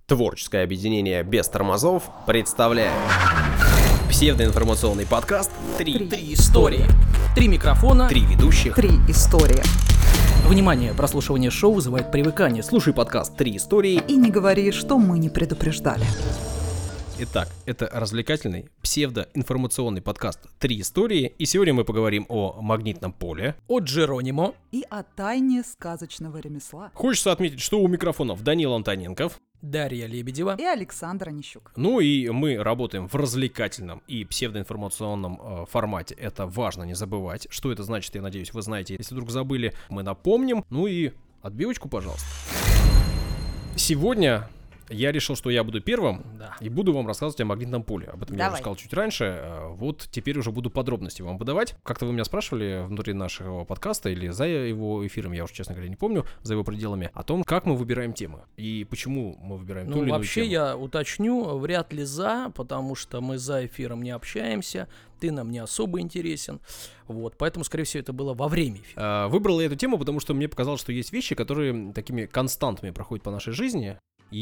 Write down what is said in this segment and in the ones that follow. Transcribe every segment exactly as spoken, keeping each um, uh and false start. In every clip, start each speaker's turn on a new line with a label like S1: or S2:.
S1: Творческое объединение «Без тормозов» представляет псевдоинформационный подкаст «Три,
S2: Три.
S3: Три истории. Три микрофона.
S1: Три ведущих».
S2: Три истории.
S3: Внимание, прослушивание шоу вызывает привыкание.
S1: Слушай подкаст «Три истории».
S2: И не говори, что мы не предупреждали.
S1: Итак, это развлекательный псевдоинформационный подкаст «Три истории». И сегодня мы поговорим о магнитном поле.
S3: От Джеронимо.
S2: И о тайне сказочного ремесла.
S1: Хочется отметить, что у микрофонов Данил Антоненков.
S3: Дарья Лебедева.
S2: И Александр Онищук.
S1: Ну и мы работаем в развлекательном и псевдоинформационном э, формате. Это важно не забывать. Что это значит, я надеюсь, вы знаете. Если вдруг забыли, мы напомним. Ну и отбивочку, пожалуйста. Сегодня я решил, что я буду первым,
S3: Да.
S1: и буду вам рассказывать о магнитном поле. Об этом я
S2: Давай.
S1: уже сказал чуть раньше. Вот теперь уже буду подробности вам подавать. Как-то вы меня спрашивали внутри нашего подкаста или за его эфиром, я уже, честно говоря, не помню, за его пределами, о том, как мы выбираем темы и почему мы выбираем ту
S3: Ну,
S1: или иную
S3: вообще,
S1: тему.
S3: я уточню, вряд ли за, потому что мы за эфиром не общаемся, ты нам не особо интересен. Вот, поэтому, скорее всего, это было во время эфира.
S1: А, Выбрал я эту тему, потому что мне показалось, что есть вещи, которые такими константами проходят по нашей жизни.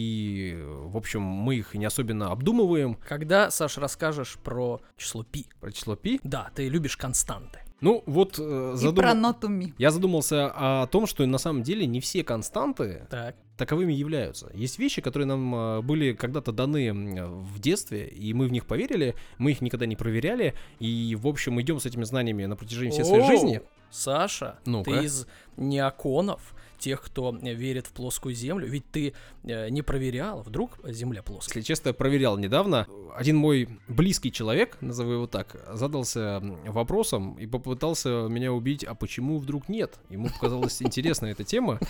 S1: И, в общем, мы их не особенно обдумываем.
S3: Когда, Саш, расскажешь про число пи?
S1: Про число пи.
S3: Да, ты любишь константы.
S1: Ну, вот э,
S2: И
S1: задум-
S2: про ноту ми.
S1: я задумался о том, что на самом деле не все константы
S3: Так.
S1: таковыми являются. Есть вещи, которые нам э, были когда-то даны м, в детстве, и мы в них поверили, мы их никогда не проверяли, и, в общем, идем с этими знаниями на протяжении всей своей
S3: О,
S1: жизни.
S3: Саша,
S1: Ну-ка.
S3: ты из неоконов, тех, кто э, верит в плоскую землю, ведь ты э, не проверял, вдруг земля плоская.
S1: Если честно, я проверял недавно. Один мой близкий человек, назову его так, задался вопросом и попытался меня убить, а почему вдруг нет? Ему показалась интересная эта тема.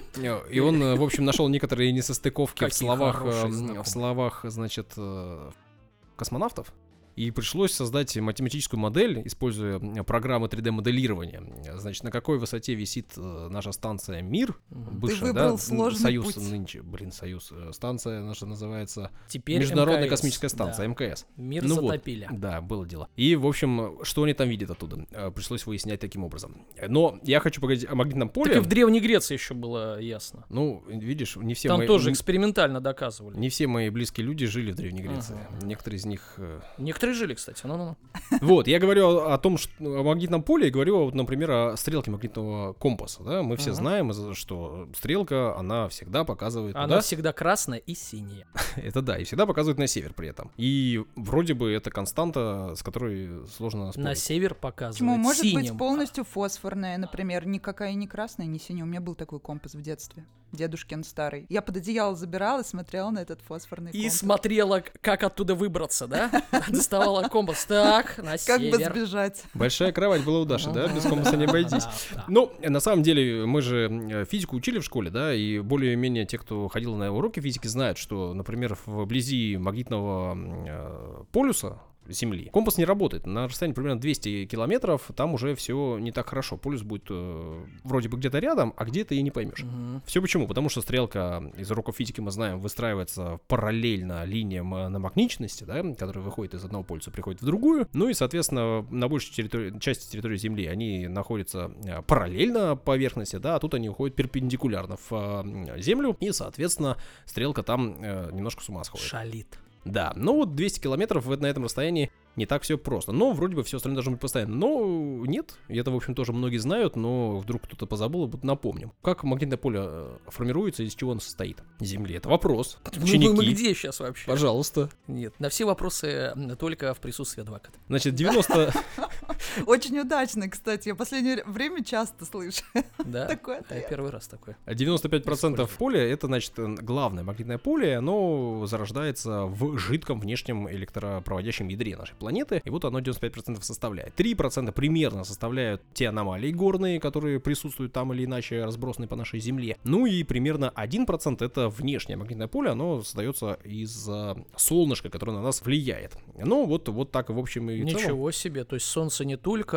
S1: И он, в общем, нашел некоторые несостыковки в
S3: Какие
S1: словах,
S3: хорошие
S1: э,
S3: знакомые.
S1: в словах, значит, э, космонавтов. И пришлось создать математическую модель, используя программы три дэ-моделирования. Значит, на какой высоте висит э, наша станция «Мир», бывшая,
S2: выбрал
S1: да,
S2: сложный
S1: Союз
S2: путь.
S1: нынче, блин, Союз. Э, Станция наша называется
S3: Теперь
S1: Международная
S3: эм ка эс,
S1: космическая станция,
S3: да.
S1: эм ка эс.
S3: Мир
S1: Ну вот,
S3: затопили.
S1: да, было дело. И, в общем, что они там видят оттуда? Э, Пришлось выяснять таким образом. Но я хочу поговорить о магнитном поле.
S3: Так и в Древней Греции еще было ясно.
S1: Ну, видишь, не все
S3: Там
S1: мои...
S3: тоже экспериментально доказывали.
S1: Не все мои близкие люди жили в Древней Греции.
S3: Ага.
S1: Некоторые из них... э,
S3: Некоторые жили, кстати. Ну-ну-ну.
S1: Вот, я говорю о, о том, что о магнитном поле, и говорю, вот, например, о стрелке магнитного компаса. Да? Мы все
S3: Ага.
S1: знаем, что стрелка, она всегда показывает
S3: Она
S1: туда.
S3: всегда красная и синяя.
S1: Это да, и всегда показывает на север при этом. И вроде бы это константа, с которой сложно спорить.
S3: На север показывает
S2: Почему? Может
S3: синим.
S2: быть полностью фосфорная, например, никакая не красная, не синяя. У меня был такой компас в детстве. Дедушкин старый. Я под одеяло забирала и смотрела на этот фосфорный
S3: И
S2: компас.
S3: смотрела, как оттуда выбраться, да? Доставала компас. Так, на
S2: Как бы
S3: север.
S2: сбежать.
S1: Большая кровать была у Даши, да? Без компаса не обойтись.
S3: Да, да.
S1: Ну, на самом деле, мы же э, физику учили в школе, да, и более-менее те, кто ходил на уроки физики, знают, что, например, вблизи магнитного э, полюса Земли компас не работает. На расстоянии примерно двести километров там уже все не так хорошо. Полюс будет э, вроде бы где-то рядом, а где-то и не поймешь.
S3: Мгм.
S1: Все почему? Потому что стрелка из уроков физики, мы знаем, выстраивается параллельно линиям э, намагниченности, да, которая выходит из одного полюса, приходит в другую. Ну и, соответственно, на большей территории, части территории Земли они находятся э, параллельно поверхности, да, а тут они уходят перпендикулярно в э, Землю, и, соответственно, стрелка там э, немножко с ума сходит.
S3: Шалит.
S1: Да, ну вот двести километров на этом расстоянии не так все просто. Но вроде бы все остальное должно быть постоянно. Но нет, и это, в общем, тоже многие знают, но вдруг кто-то позабыл, вот напомним. Как магнитное поле э, формируется, из чего оно состоит? Земли. Это вопрос.
S3: Ну,
S1: Ученики,
S3: мы где сейчас вообще?
S1: пожалуйста.
S3: Нет, на все вопросы м, только в присутствии адвоката.
S1: Значит, девяносто...
S2: Очень удачно, кстати. Я в последнее время часто слышу.
S3: Да?
S2: Такой
S3: Я
S2: ответ.
S3: первый раз такой.
S1: девяносто пять процентов поля, это, значит, главное магнитное поле, оно зарождается в жидком внешнем электропроводящем ядре нашей планеты, и вот оно девяносто пять процентов составляет. три процента примерно составляют те аномалии горные, которые присутствуют там или иначе разбросаны по нашей Земле. Ну и примерно один процент это внешнее магнитное поле, оно создается из э, солнышка, которое на нас влияет. Ну вот, вот так в общем и в целом.
S3: Ничего себе, то есть Солнце не только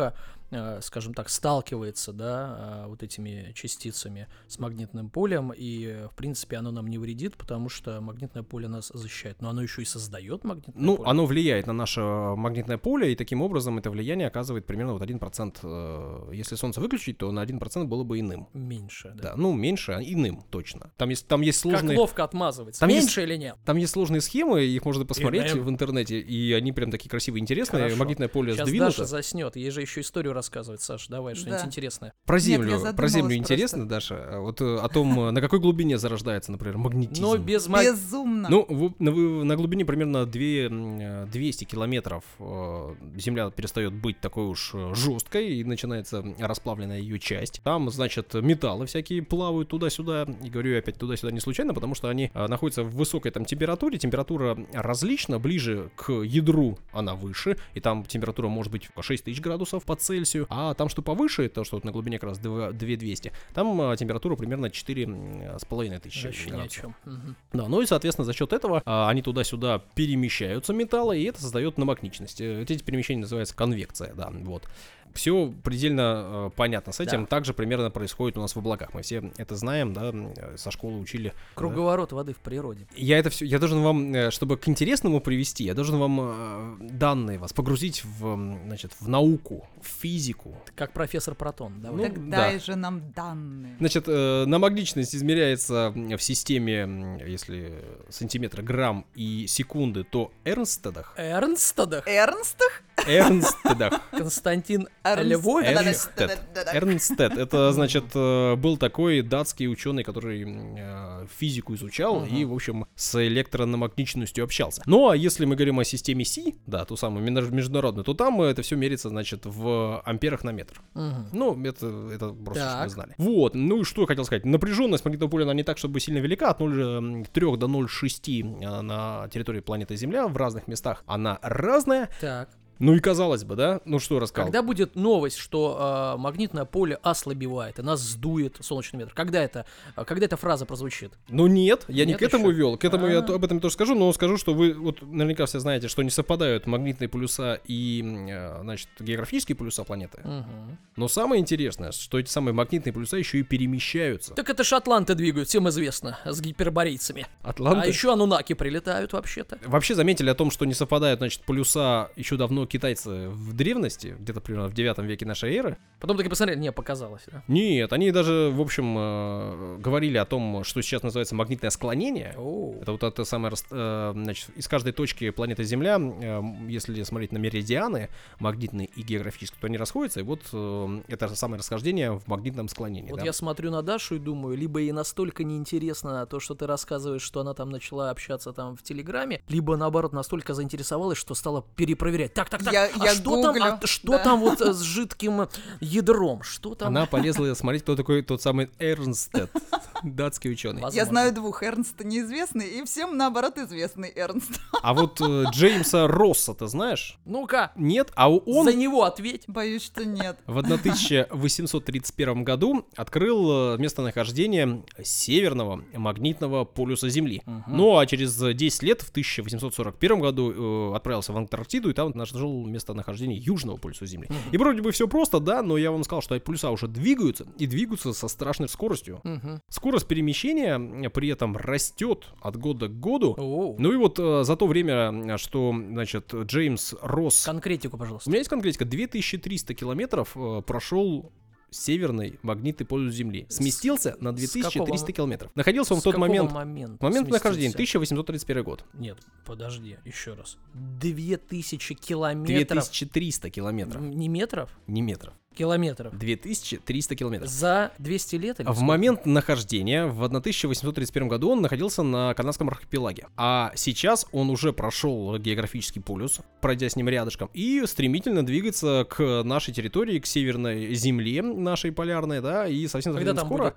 S3: э, скажем так, сталкивается, да, э, вот этими частицами с магнитным полем, и, э, в принципе, оно нам не вредит, потому что магнитное поле нас защищает. Но оно еще и создает магнитное
S1: Ну,
S3: поле.
S1: оно влияет на наше магнитное поле, и таким образом это влияние оказывает примерно вот один процент. э, Если солнце выключить, то на один процент было бы иным.
S3: Меньше, да.
S1: Да, ну, меньше, а иным точно. Там есть, там есть
S3: Как
S1: сложные...
S3: ловко отмазывается.
S1: Там
S3: Меньше
S1: есть-
S3: или нет?
S1: Там есть сложные схемы, их можно посмотреть
S3: Иным.
S1: в интернете, и они прям такие красивые, интересные.
S3: Хорошо.
S1: Магнитное поле
S3: Сейчас
S1: сдвинуто.
S3: Даша заснет. Ей же еще историю рассказывать, Саша. Давай, что-нибудь
S2: Да.
S3: интересное.
S1: Про
S2: Нет,
S1: Землю,
S2: я
S1: про
S2: задумалась
S1: Землю
S2: просто.
S1: интересно, Даша? А Вот э, о том, э, на какой глубине зарождается, например, магнетизм.
S3: Но без маг...
S2: Безумно.
S1: Ну, в- на, вы- на глубине примерно две, м, э, двести километров э, Земля перестает быть такой уж э, жесткой, и начинается расплавленная ее часть. Там, значит, металлы всякие плавают туда-сюда. И говорю я опять туда-сюда не случайно, потому что они э, находятся в высокой там температуре. Температура различна, ближе к ядру она выше, и там температура может быть шесть тысяч градусов по Цельсию. А там, что повыше, то, что вот на глубине как раз две тысячи двести, там э, температура примерно четыре с половиной тысячи
S3: Вообще ни о
S1: градусов.
S3: чем. Мгм.
S1: Да, ну и, соответственно, за счет этого а, они туда-сюда перемещаются, металлы, и это создает намагничность. Э, Эти перемещения называются конвекция, да, вот. Все предельно э, понятно с этим.
S3: Да.
S1: Также примерно происходит у нас в облаках. Мы все это знаем, да, э, со школы учили.
S3: Круговорот воды в природе.
S1: Я это все, я должен вам, э, чтобы к интересному привести, я должен вам э, данные вас погрузить в, м, значит, в науку, в физику.
S3: Как профессор Протон. Давай.
S1: Ну,
S2: Так
S1: да.
S2: дай же нам данные.
S1: Значит, э, намагничность измеряется в системе, м, если сантиметры, грамм и секунды, то Эрнстедах.
S3: Эрнстедах.
S2: Эрнстах?
S1: Эрнстедах.
S3: Константин
S2: Эрнст-
S3: Львович.
S1: Эрнстед.
S2: Да-да-да-да-да.
S1: Эрнстед. Это, значит, э, был такой датский ученый, который э, физику изучал
S3: Мгм.
S1: и, в общем, с электронамагничностью общался. Ну, а если мы говорим о системе Си, да, ту самую меж- международную, то там это все мерится, значит, в амперах на метр.
S3: Мгм.
S1: Ну, это, это просто, чтобы вы
S3: Так.
S1: знали. Вот, ну и что я хотел сказать. Напряженность магнитного поля, она не так, чтобы сильно велика, от ноль целых трёх до ноль целых шести на территории планеты Земля в разных местах. Она разная.
S3: Так.
S1: Ну и казалось бы, да? Ну что я рассказал?
S3: Когда будет новость, что э, магнитное поле ослабевает, и нас сдует солнечный ветер? Когда это, э, когда эта фраза прозвучит?
S1: Ну нет, я не
S3: Нет
S1: к этому
S3: еще?
S1: вел. К этому я
S3: А.
S1: то- об этом тоже скажу, но скажу, что вы вот наверняка все знаете, что не совпадают магнитные полюса и, э, значит, географические полюса планеты.
S3: Мгм.
S1: Но самое интересное, что эти самые магнитные полюса еще и перемещаются.
S3: Так это ж атланты двигают, всем известно, с гиперборейцами.
S1: Атланты.
S3: А еще анунаки прилетают вообще-то.
S1: Вообще заметили о том, что не совпадают, значит, полюса еще давно китайцы в древности, где-то примерно в девятом веке нашей эры.
S3: Потом таки посмотрели, не, показалось. Да?
S1: Нет, они даже, в общем, э, говорили о том, что сейчас называется магнитное склонение.
S3: О,
S1: Это вот это самое, рас- э, значит, из каждой точки планеты Земля, э, если смотреть на меридианы магнитные и географические, то они расходятся, и вот э, это самое расхождение в магнитном склонении.
S3: вот
S1: да.
S3: я смотрю на Дашу и думаю, либо ей настолько неинтересно то, что ты рассказываешь, что она там начала общаться там в Телеграме, либо наоборот настолько заинтересовалась, что стала перепроверять. Так, так, так,
S2: Я-
S3: а
S2: я
S3: что там, а
S2: гуглю,
S3: что
S2: да.
S3: там вот э, с жидким ядром? Что там?
S1: Она полезла смотреть, кто такой тот самый Эрнстед, датский ученый.
S3: Возможно.
S2: Я знаю двух. Эрнста неизвестный, и всем, наоборот, известный Эрнст.
S1: А вот э, Джеймса Росса ты знаешь?
S3: Ну-ка,
S1: Нет, а он
S3: за него ответь.
S2: Боюсь, что нет.
S1: в тысяча восемьсот тридцать первом году открыл э, местонахождение северного магнитного полюса Земли.
S3: Мгм.
S1: Ну а через десять лет, в тысяча восемьсот сорок первом году, э, отправился в Антарктиду и там нашел местонахождение южного полюса Земли.
S3: Мгм.
S1: И вроде бы все просто, да, но я вам сказал, что полюса уже двигаются и двигаются со страшной скоростью.
S3: Мгм.
S1: Скорость перемещения э, при этом растет от года к году.
S3: О,
S1: Ну и вот э, за то время, э, что, значит, Джеймс Росс...
S3: конкретику,
S1: У
S3: пожалуйста.
S1: меня есть конкретика. две тысячи триста километров э, прошел северный магнитный полюс Земли. Сместился на две тысячи триста
S3: какого-
S1: километров. Находился он
S3: С
S1: в тот
S3: какого
S1: момент...
S3: момента
S1: Момент
S3: сместился?
S1: нахождения, тысяча восемьсот тридцать первый год.
S3: Нет, подожди, еще раз. Две тысячи
S1: две
S3: километров.
S1: тысячи триста километров.
S3: М, Не метров?
S1: Не метров.
S3: Километров.
S1: две тысячи триста километров.
S3: За двести лет или
S1: В
S3: сколько?
S1: момент нахождения в тысяча восемьсот тридцать первом году он находился на Канадском архипелаге. А сейчас он уже прошел географический полюс, пройдя с ним рядышком, и стремительно двигается к нашей территории, к северной Земле, нашей полярной, да, и совсем,
S3: Когда
S1: совсем
S3: там
S1: скоро...
S3: будет-то?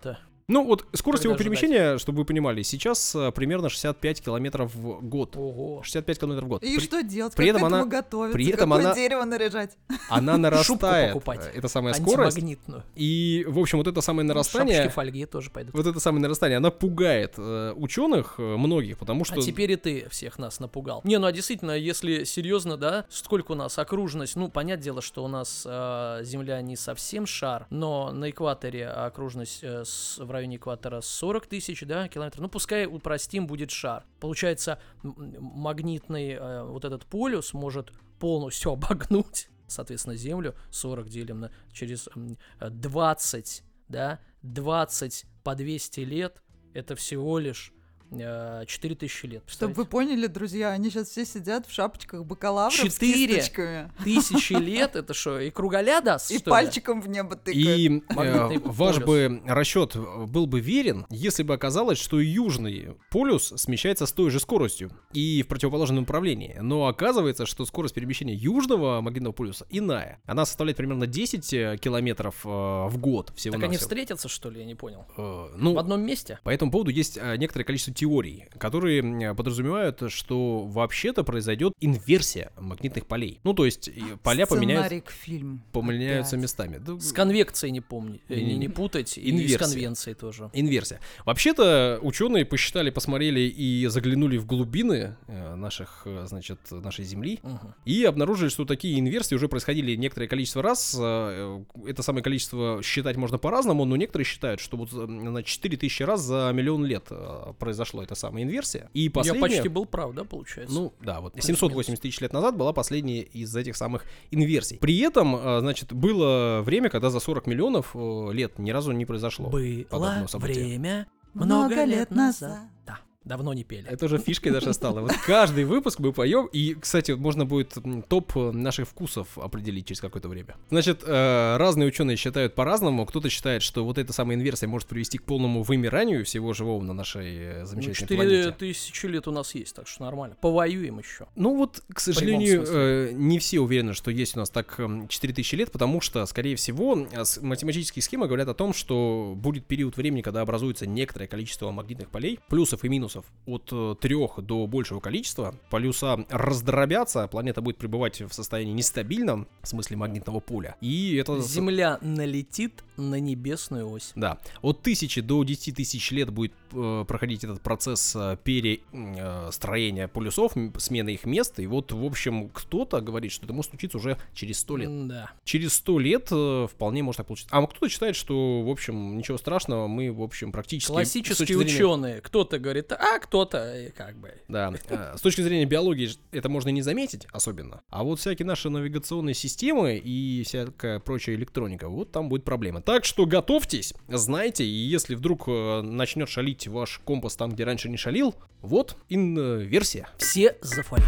S1: Ну вот скорость
S3: Когда
S1: его перемещения, чтобы вы понимали, сейчас а, примерно шестьдесят пять километров в год.
S3: Ого.
S1: шестьдесят пять километров в год.
S2: И
S1: При-
S2: что делать?
S1: при
S2: Как
S1: этом
S2: к этому
S1: она-
S2: готовиться?
S1: при этом
S2: Какое
S1: она-
S2: дерево наряжать?
S1: Она нарастает.
S3: покупать.
S1: Это самая скорость.
S3: Антимагнитную.
S1: И, в общем, вот это самое
S3: Ну,
S1: нарастание...
S3: Шапочки фольги тоже пойдут.
S1: Вот это самое нарастание, она пугает э, ученых э, многих, потому что...
S3: А теперь и ты всех нас напугал. Не, ну а действительно, если серьезно, да, сколько у нас окружность, ну, понятное дело, что у нас э, Земля не совсем шар, но на экваторе окружность э, с- в районе экватора сорок тысяч, да, километров. Ну, пускай упростим, будет шар. Получается, м- м- магнитный э, вот этот полюс может полностью обогнуть, соответственно, Землю. Сорок делим на через м, двадцать, да, двадцать по двести лет, это всего лишь э, четыре тысячи лет.
S2: Чтобы вы
S3: представляете?
S2: поняли, друзья, они сейчас все сидят в шапочках бакалавров
S3: Четыре.
S2: с кисточками
S3: Тысячи лет, это что, и кругаля даст,
S2: и
S3: что ли?
S2: пальчиком в небо тыкают.
S1: И э,
S3: Магнитный
S1: ваш
S3: полюс.
S1: бы расчет был бы верен, если бы оказалось, что и южный полюс смещается с той же скоростью и в противоположном направлении. Но оказывается, что скорость перемещения южного магнитного полюса иная. Она составляет примерно десять э, километров э, в год всего
S3: Так они встретятся, что ли, я не понял.
S1: ну,
S3: В одном месте?
S1: По этому поводу есть а, некоторое количество теорий, которые м, подразумевают, что вообще-то произойдет инверсия магнитных полей. Ну, то есть и поля поменяют,
S2: Сценарий к фильму.
S1: поменяются
S2: Опять.
S1: местами. Да,
S3: С конвекцией не помню, э, не,
S1: Не-
S3: не путать, и
S1: Инверсия.
S3: с конвенцией тоже.
S1: Инверсия. Вообще-то ученые посчитали, посмотрели и заглянули в глубины э, наших, э, значит, нашей Земли
S3: Мгм.
S1: и обнаружили, что такие инверсии уже происходили некоторое количество раз. Э, Это самое количество считать можно по-разному, но некоторые считают, что вот э, на четыре тысячи раз за миллион лет э, произошла эта самая инверсия. И
S3: Я
S1: последняя...
S3: почти был прав, да, получается?
S1: Ну, да, вот семьсот восемьдесят тысяч лет назад была последняя из этих самых инверсий. При этом, э, значит, было время, когда за сорок миллионов э, лет ни разу не произошло
S3: Было
S1: подобного события.
S3: время
S2: Много лет назад.
S3: Да, давно не пели.
S1: Это уже фишкой даже стало. Вот каждый выпуск мы поем. И, кстати, вот можно будет м, топ э, наших вкусов определить через какое-то время. Значит, э, разные ученые считают по-разному. Кто-то считает, что вот эта самая инверсия может привести к полному вымиранию всего живого на нашей э,
S3: Ну,
S1: замечательной
S3: четыре
S1: планете.
S3: тысячи лет у нас есть, так что нормально. Повоюем еще.
S1: Ну вот, к сожалению,
S3: смысле.
S1: э, не все уверены, что есть у нас так эм, четыре тысячи лет, потому что, скорее всего, э, с- математические схемы говорят о том, что будет период времени, когда образуется некоторое количество магнитных полей, плюсов и минусов от э, трех до большего количества. Полюса раздробятся, планета будет пребывать в состоянии нестабильном, в смысле магнитного поля. И это...
S3: Земля налетит на небесную ось.
S1: Да, от тысячи до десяти тысяч лет будет э, проходить этот процесс э, перестроения полюсов, м, смены их места. И вот, в общем, кто-то говорит, что это может случиться уже через сто лет.
S3: Да.
S1: Через сто лет э, вполне может так получиться. А кто-то считает, что, в общем, ничего страшного, мы, в общем, практически... с
S3: Классические
S1: точки зрения-
S3: ученые. Кто-то говорит, а кто-то э, как бы.
S1: Да, э, с точки зрения биологии ж- это можно не заметить особенно. А вот всякие наши навигационные системы и всякая прочая электроника, вот там будет проблема. Так что готовьтесь, знайте, и если вдруг э, начнет шалить ваш компас там, где раньше не шалил, вот инверсия.
S3: Все за фольгу.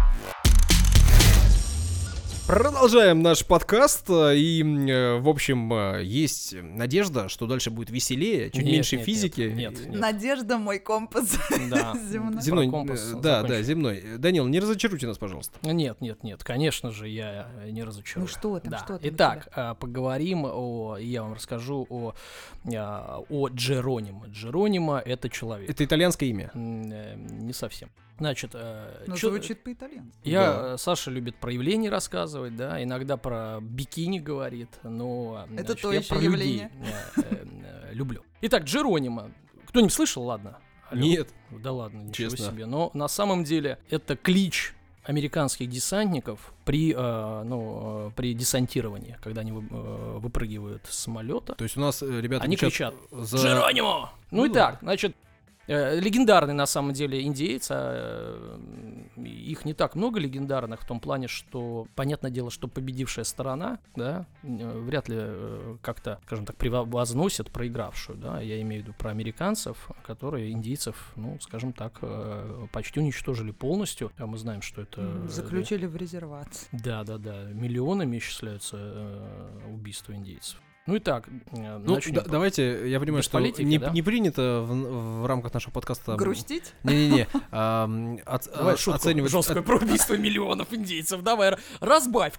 S1: Продолжаем наш подкаст, э, и, э, в общем, э, есть надежда, что дальше будет веселее, чуть
S3: Нет,
S1: меньше
S3: нет,
S1: физики.
S3: Нет, нет, нет.
S2: Надежда мой компас
S3: Да.
S2: земной.
S1: Земной,
S3: Про компас
S1: э, да,
S3: закончим.
S1: да, земной. Данил, не разочаруйте нас, пожалуйста.
S3: Нет, нет, нет, конечно же, я э, не разочарую.
S2: Ну что там,
S3: Да.
S2: что там у
S3: Итак, а, поговорим о, я вам расскажу о, а, о Джеронимо. Джеронимо — это человек.
S1: Это итальянское имя.
S3: М, э, Не совсем. Значит, э,
S2: Ну,
S3: чё-
S2: звучит по-итальянски.
S3: я,
S1: Да.
S3: э, Саша любит про явления рассказывать, да, иногда про бикини говорит, но
S2: Это
S3: значит,
S2: то
S3: я
S2: ещё
S3: про
S2: явление.
S3: людей э, э, э, люблю. Итак, Джеронимо. Кто-нибудь слышал? Ладно. Алло.
S1: Нет.
S3: Да ладно, ничего
S1: Честно.
S3: себе. Но на самом деле это клич американских десантников при, э, ну, э, при десантировании, когда они вы- э, выпрыгивают с самолета.
S1: То есть у нас э, ребята
S3: Они
S1: кричат
S3: кричат
S1: за...
S3: «Джеронимо!» Ну и
S1: Ну
S3: так, значит, э, легендарный на самом деле индейец, а, э, их не так много легендарных в том плане, что, понятное дело, что победившая сторона, да, э, вряд ли э, как-то, скажем так, превозносит проигравшую, да, я имею в виду про американцев, которые индейцев, ну, скажем так, э, почти уничтожили полностью, а мы знаем, что это...
S2: М,
S3: э,
S2: Заключили в резервацию.
S3: Да, да, да, миллионами исчисляются э, убийства индейцев. Ну и так, э,
S1: Ну,
S3: начнем
S1: да-
S3: по-
S1: давайте, я понимаю,
S3: без
S1: что
S3: политики,
S1: не,
S3: да?
S1: не принято в, в рамках нашего подкаста...
S2: Грустить?
S1: Не-не-не. ам, от-
S3: Давай
S1: а,
S3: шутку
S1: оценивать...
S3: жесткую про убийство миллионов индейцев. Давай, р- разбавь-ка.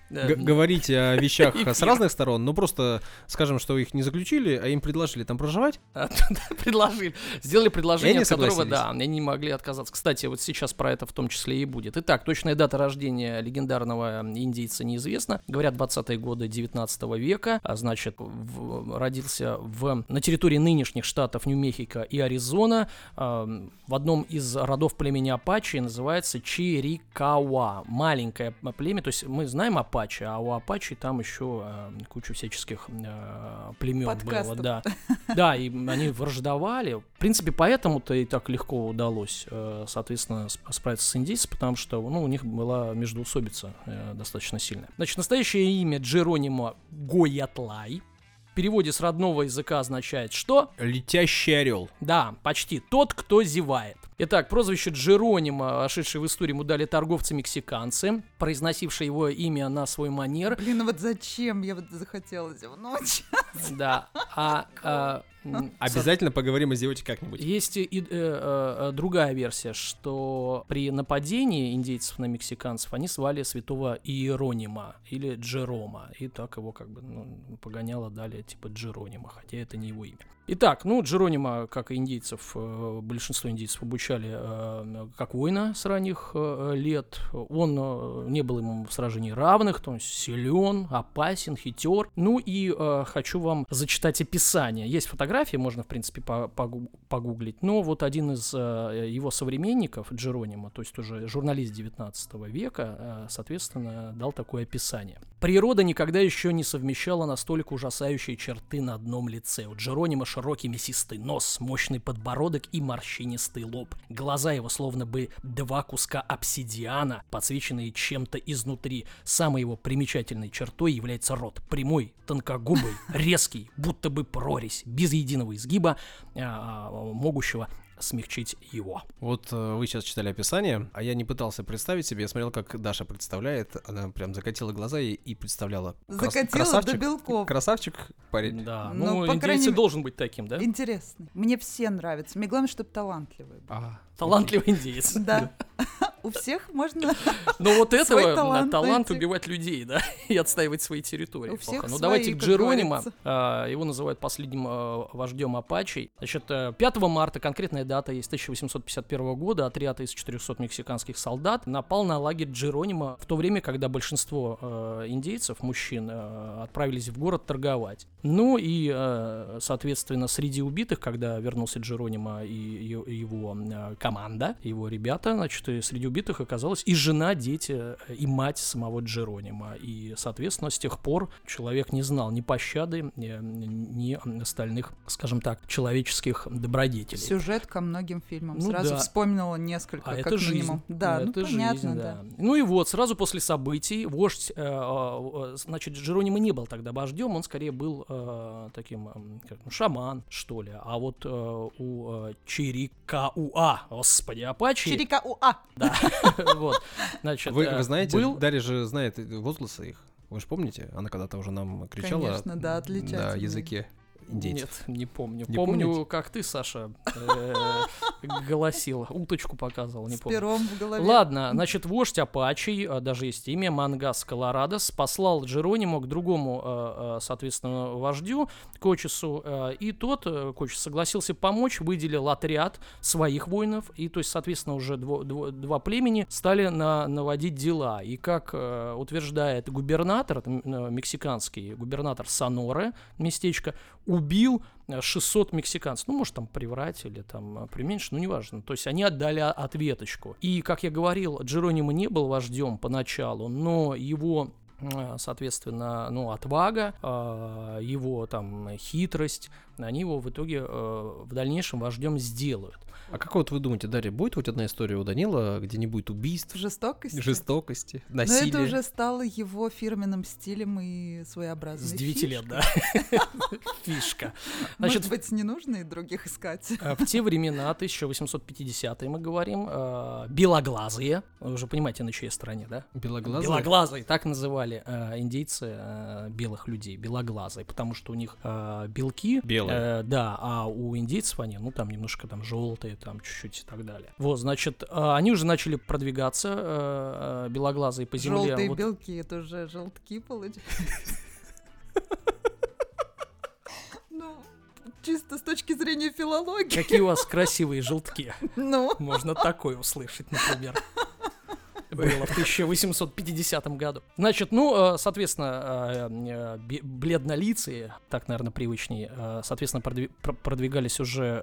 S1: г- говорить о вещах с разных сторон, но просто скажем, что их не заключили, а им предложили там проживать.
S3: Предложили. Сделали предложение, от которого,
S1: согласились.
S3: да, они не могли отказаться. Кстати, вот сейчас про это в том числе и будет. Итак, точная дата рождения легендарного индейца неизвестна. Говорят, двадцатые годы девятнадцатого века. А значит, в, родился в, на территории нынешних штатов Нью-Мехико и Аризона. Э, в одном из родов племени Апачи, называется Чирикауа. Маленькое племя. То есть мы знаем Апачи, а у Апачи там еще э, куча всяческих э, племен
S2: Подкастов.
S3: было. Да. Да, и они враждовали. В принципе, поэтому-то и так легко удалось, э, соответственно, сп- справиться с индейцами, потому что, ну, у них была междоусобица э, достаточно сильная. Значит, настоящее имя Джеронимо Гоятлай. В переводе с родного языка означает что?
S1: Летящий орел.
S3: Да, почти. Тот, кто зевает. Итак, прозвище Джеронима, вошедшее в историю, ему дали торговцы-мексиканцы, произносившие его имя на свой манер.
S2: Блин, ну вот зачем я вот захотела зевнуть?
S3: Да. А, а, м,
S1: Обязательно поговорим о зевоте как-нибудь.
S3: Есть и, э, э, другая версия, что при нападении индейцев на мексиканцев они звали святого Иеронима или Джерома, и так его как бы ну, погоняло далее типа Джеронима, хотя это не его имя. Итак, ну Джеронима, как и индейцев, э, большинство индейцев обучали э, как воина с ранних э, лет. Он э, не был ему в сражении равных, то есть силен, опасен, хитер. Ну и э, хочу вам зачитать описание. Есть фотографии, можно в принципе по- погу- погуглить. Но вот один из э, его современников, Джеронима, то есть уже журналист девятнадцатого века, э, соответственно, дал такое описание. Природа никогда еще не совмещала настолько ужасающие черты на одном лице. У Джеронима широкий мясистый нос, мощный подбородок и морщинистый лоб. Глаза его словно бы два куска обсидиана, подсвеченные чем-то изнутри. Самой его примечательной чертой является рот. Прямой, тонкогубый, резкий, будто бы прорезь, без единого изгиба, а, могущего смягчить его.
S1: Вот э, вы сейчас читали описание, а я не пытался представить себе, я смотрел, как Даша представляет, она прям закатила глаза и, и представляла. Крас-
S2: Закатила
S1: красавчик,
S2: до белков.
S1: Красавчик парень.
S3: Да,
S2: Ну,
S3: ну,
S2: по
S3: индейцы
S2: крайней мере-
S3: должен быть таким, да?
S2: Интересный. Мне все нравятся. Мне главное, чтобы талантливый был.
S1: А,
S3: Талантливый индейец.
S2: Да. У всех можно...
S3: Но вот
S2: Свой
S3: этого
S2: талант
S3: талант
S2: найти.
S3: убивать людей, да, и отстаивать свои территории.
S2: У всех
S3: Плохо. Ну
S2: свои,
S3: давайте к
S2: как
S3: Джеронима,
S2: говорится.
S3: а, его называют последним а, вождем Апачей. Значит, э, пятого марта, конкретная дата есть, тысяча восемьсот пятьдесят первого года, отряд из четырехсот мексиканских солдат напал на лагерь Джеронима в то время, когда большинство э, индейцев, мужчин, э, отправились в город торговать. Ну и, э, соответственно, среди убитых, когда вернулся Джеронима и е- его э, команда, его ребята, значит, и среди убитых оказалась и жена, дети, и мать самого Джеронима. И, соответственно, с тех пор человек не знал ни пощады, ни, ни остальных, скажем так, человеческих добродетелей.
S2: Сюжет ко многим фильмам.
S3: Ну
S2: Сразу
S3: да.
S2: вспомнила несколько,
S3: А
S2: как
S3: это жизнь.
S2: минимум. Да, ну
S3: это
S2: понятно,
S3: жизнь,
S2: да.
S3: Ну и вот, сразу после событий вождь, э, э, значит, Джеронима не был тогда вождем, он скорее был э, таким, э, как, ну, шаман, что ли. А вот э, у э, Чирикауа, господи, Апачи...
S2: Чирика-у-а.
S3: Да, вот, значит,
S1: Вы,
S3: э,
S1: вы знаете,
S3: был...
S1: Дарья же знает возгласы их. Вы же помните? Она когда-то уже нам кричала
S2: Конечно, да, отличательные.
S1: на языке индейцев.
S3: Нет, не помню.
S1: Не
S3: помню,
S1: помните?
S3: как ты, Саша, э, голосил, уточку показывал, не
S2: С
S3: помню.
S2: пером в голове.
S3: Ладно, значит, вождь Апачей, а, даже есть имя, Мангас Колорадос, послал Джерониму к другому, а, а, соответственно, вождю, Кочесу, а, и тот, а, Кочес, согласился помочь, выделил отряд своих воинов, и, то есть, соответственно, уже дво- дво- два племени стали на- наводить дела. И, как а, утверждает губернатор, это, м, а, мексиканский губернатор Соноры, местечко, убил шестьсот мексиканцев. Ну, может, там приврать или там применьшить, ну, неважно. То есть они отдали ответочку. И, как я говорил, Джеронимо не был вождем поначалу, но его, соответственно, ну, отвага, его там хитрость, они его в итоге в дальнейшем вождем сделают.
S1: А как вот вы думаете, Дарья, будет хоть одна история у Данила, где не будет убийств,
S2: Жестокость.
S1: жестокости,
S2: Но
S1: насилия?
S2: это уже стало его фирменным стилем и своеобразной
S3: С девяти лет, да. Фишка.
S2: Может
S3: Значит,
S2: быть, не нужно и других искать.
S3: А в те времена, тысяча восемьсот пятидесятые, мы говорим, э, белоглазые, вы уже понимаете, на чьей стороне, да?
S1: Белоглазые?
S3: Белоглазые, так называли называли э, индейцы э, белых людей, белоглазые, потому что у них э, белки
S1: Белые.
S3: Э, да, а у индейцев они, ну, там немножко там желтые, там чуть-чуть и так далее. Вот, значит, э, они уже начали продвигаться, э, э, белоглазые по земле.
S2: Желтые
S3: вот.
S2: белки, это уже желтки получается. Ну, чисто с точки зрения филологии.
S3: Какие у вас красивые желтки.
S2: Ну.
S3: Можно такое услышать, например. Было в тысяча восемьсот пятидесятом году. Значит, ну, соответственно, бледнолицые, так, наверное, привычнее, соответственно, продвигались уже,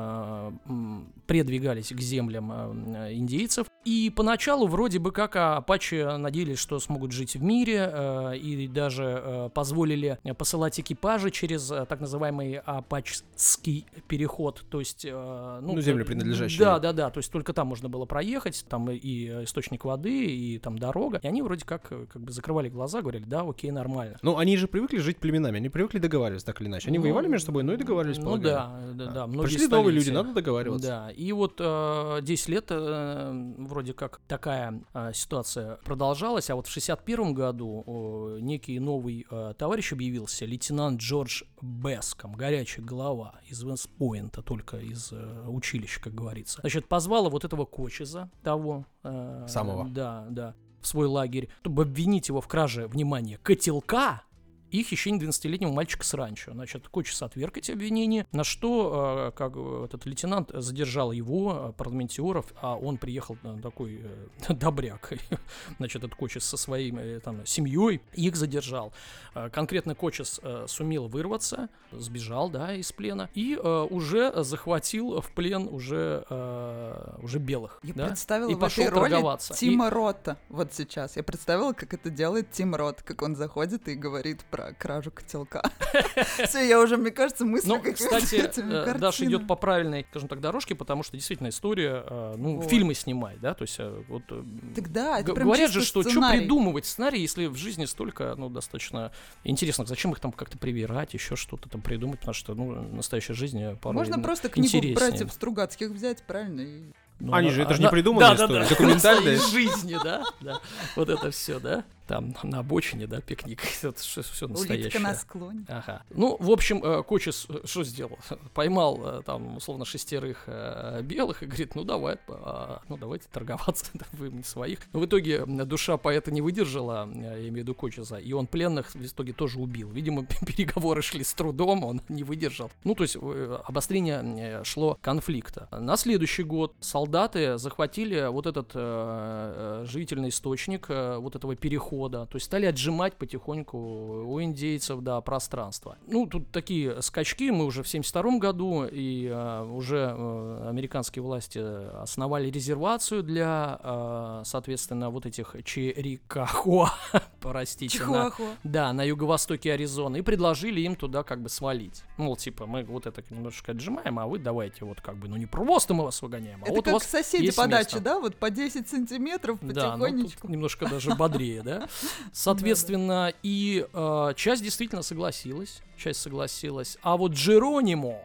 S3: предвигались к землям индейцев. И поначалу вроде бы как апачи надеялись, что смогут жить в мире, и даже позволили посылать экипажи через так называемый апачский переход, то есть... Ну,
S1: ну земли принадлежащие.
S3: Да, да, да, то есть только там можно было проехать, там и источник воды, и там дорога, и они вроде как, как бы закрывали глаза, говорили, да, окей, нормально.
S1: Ну, они же привыкли жить племенами, они привыкли договариваться так или иначе. Они
S3: ну,
S1: воевали между собой, но и договаривались,
S3: Ну
S1: полагаю.
S3: да, да, да.
S1: Пришли новые люди, надо договариваться.
S3: Да, и вот э, десять лет э, вроде как такая э, ситуация продолжалась, а вот в шестьдесят первом году э, некий новый э, товарищ объявился, лейтенант Джордж Беском, горячая голова из Вестпойнта, только из э, училища, как говорится. Значит, позвала вот этого Кочеза, того... Э,
S1: Самого.
S3: Да, да, в свой лагерь, чтобы обвинить его в краже, внимание, котелка и хищении двенадцатилетнего мальчика с ранчо. Значит, Кочес отверг эти обвинения, на что э, как этот лейтенант задержал его, парламентеров, а он приехал э, такой э, добряк, значит, этот Кочес со своей э, там, семьей, их задержал. Э, конкретно Кочес э, сумел вырваться, сбежал, да, из плена, и э, уже захватил в плен уже, э, уже белых.
S2: Я
S3: да?
S2: представила
S3: и
S2: в
S3: пошел
S2: этой роли
S3: торговаться.
S2: Тима
S3: И...
S2: Ротта вот сейчас. Я представила, как это делает Тим Рот, как он заходит и говорит про кражу котелка. Все, я уже, мне кажется, мысли
S3: Ну,
S2: какими-то
S3: кстати,
S2: этими
S3: э, Даша
S2: картинами.
S3: идет по правильной, скажем так, дорожке, потому что действительно история, э, ну,
S2: Вот.
S3: фильмы снимает, да, то есть э, вот... э,
S2: Так да, это
S3: г-
S2: прям
S3: говорят
S2: чисто
S3: же, что что
S2: сценарий.
S3: придумывать сценарий, если в жизни столько, ну, достаточно интересных, зачем их там как-то привирать, еще что-то там придумать, потому что, ну, настоящая жизнь порой
S2: Можно
S3: ну,
S2: просто книгу
S3: интереснее.
S2: братьев Стругацких взять, правильно? И...
S3: Ну,
S1: Они
S3: она-
S1: же, это же
S3: она-
S1: не придуманная
S3: да,
S1: история,
S3: да, да.
S1: документальная.
S3: Из жизни, да, да, вот это все, да, там на обочине, да, пикник, это все настоящее.
S2: Улитка на склоне.
S3: Ага. Ну, в общем, э, Кочес э, что сделал? Поймал э, там, условно, шестерых э, белых и говорит, ну давай, а, ну давайте торговаться, да, вы мне своих. Но в итоге м, душа поэта не выдержала, э, я имею в виду Кочеса, и он пленных в итоге тоже убил. Видимо, переговоры шли с трудом, он не выдержал. Ну, то есть э, обострение э, шло конфликта. На следующий год солдаты захватили вот этот э, э, живительный источник э, вот этого перехода, то есть стали отжимать потихоньку у индейцев, да, пространство. Ну, тут такие скачки, мы уже в семьдесят втором году, и э, уже э, американские власти основали резервацию для, э, соответственно, вот этих Черикахуа, простите, на,
S2: Чихуахуа.
S3: да, на юго-востоке Аризоны, и предложили им туда как бы свалить. Мол, типа, мы вот это немножечко отжимаем, а вы давайте вот как бы, ну не просто мы вас выгоняем, а
S2: Это
S3: вот у
S2: как
S3: вас
S2: соседи
S3: есть
S2: по даче,
S3: место.
S2: да? Вот по десять сантиметров
S3: Да, ну тут
S2: потихонечку.
S3: немножко даже бодрее, да. Соответственно, и э, часть действительно согласилась, часть согласилась, а вот Джеронимо,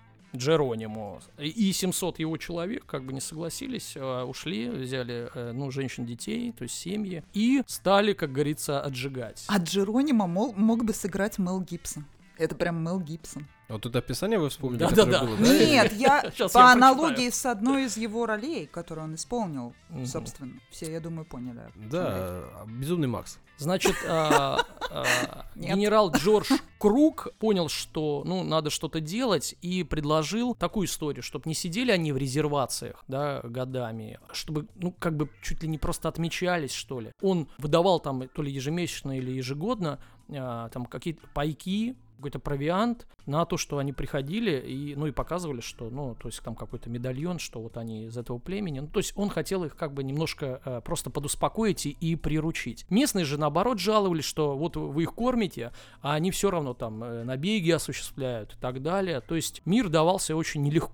S3: Джеронимо и семьсот его человек как бы не согласились, э, ушли, взяли, э, ну, женщин, детей, то есть семьи, и стали, как говорится, отжигать.
S2: А Джеронима мол- мог бы сыграть Мел Гибсон. Это прям Мел Гибсон.
S1: Вот тут описание вы вспомнили,
S3: Да-да-да.
S1: которое было, да?
S2: Нет, я
S3: Щас
S2: по
S3: я
S2: аналогии с одной из его ролей, которую он исполнил,
S3: Мгм.
S2: собственно. Все, я думаю, поняли.
S1: Да, Безумный Макс.
S3: Значит, а, а,
S2: Нет.
S3: генерал Джордж Круг понял, что, ну, надо что-то делать, и предложил такую историю, чтобы не сидели они в резервациях, да, годами, чтобы, ну, как бы чуть ли не просто отмечались, что ли. Он выдавал там то ли ежемесячно или ежегодно а, там какие-то пайки, какой-то провиант на то, что они приходили и, ну, и показывали, что, ну, то есть там какой-то медальон, что вот они из этого племени. Ну, то есть он хотел их как бы немножко э, просто подуспокоить и, и приручить. Местные же, наоборот, жаловались, что вот вы их кормите, а они все равно там э, набеги осуществляют и так далее. То есть мир давался очень нелегко.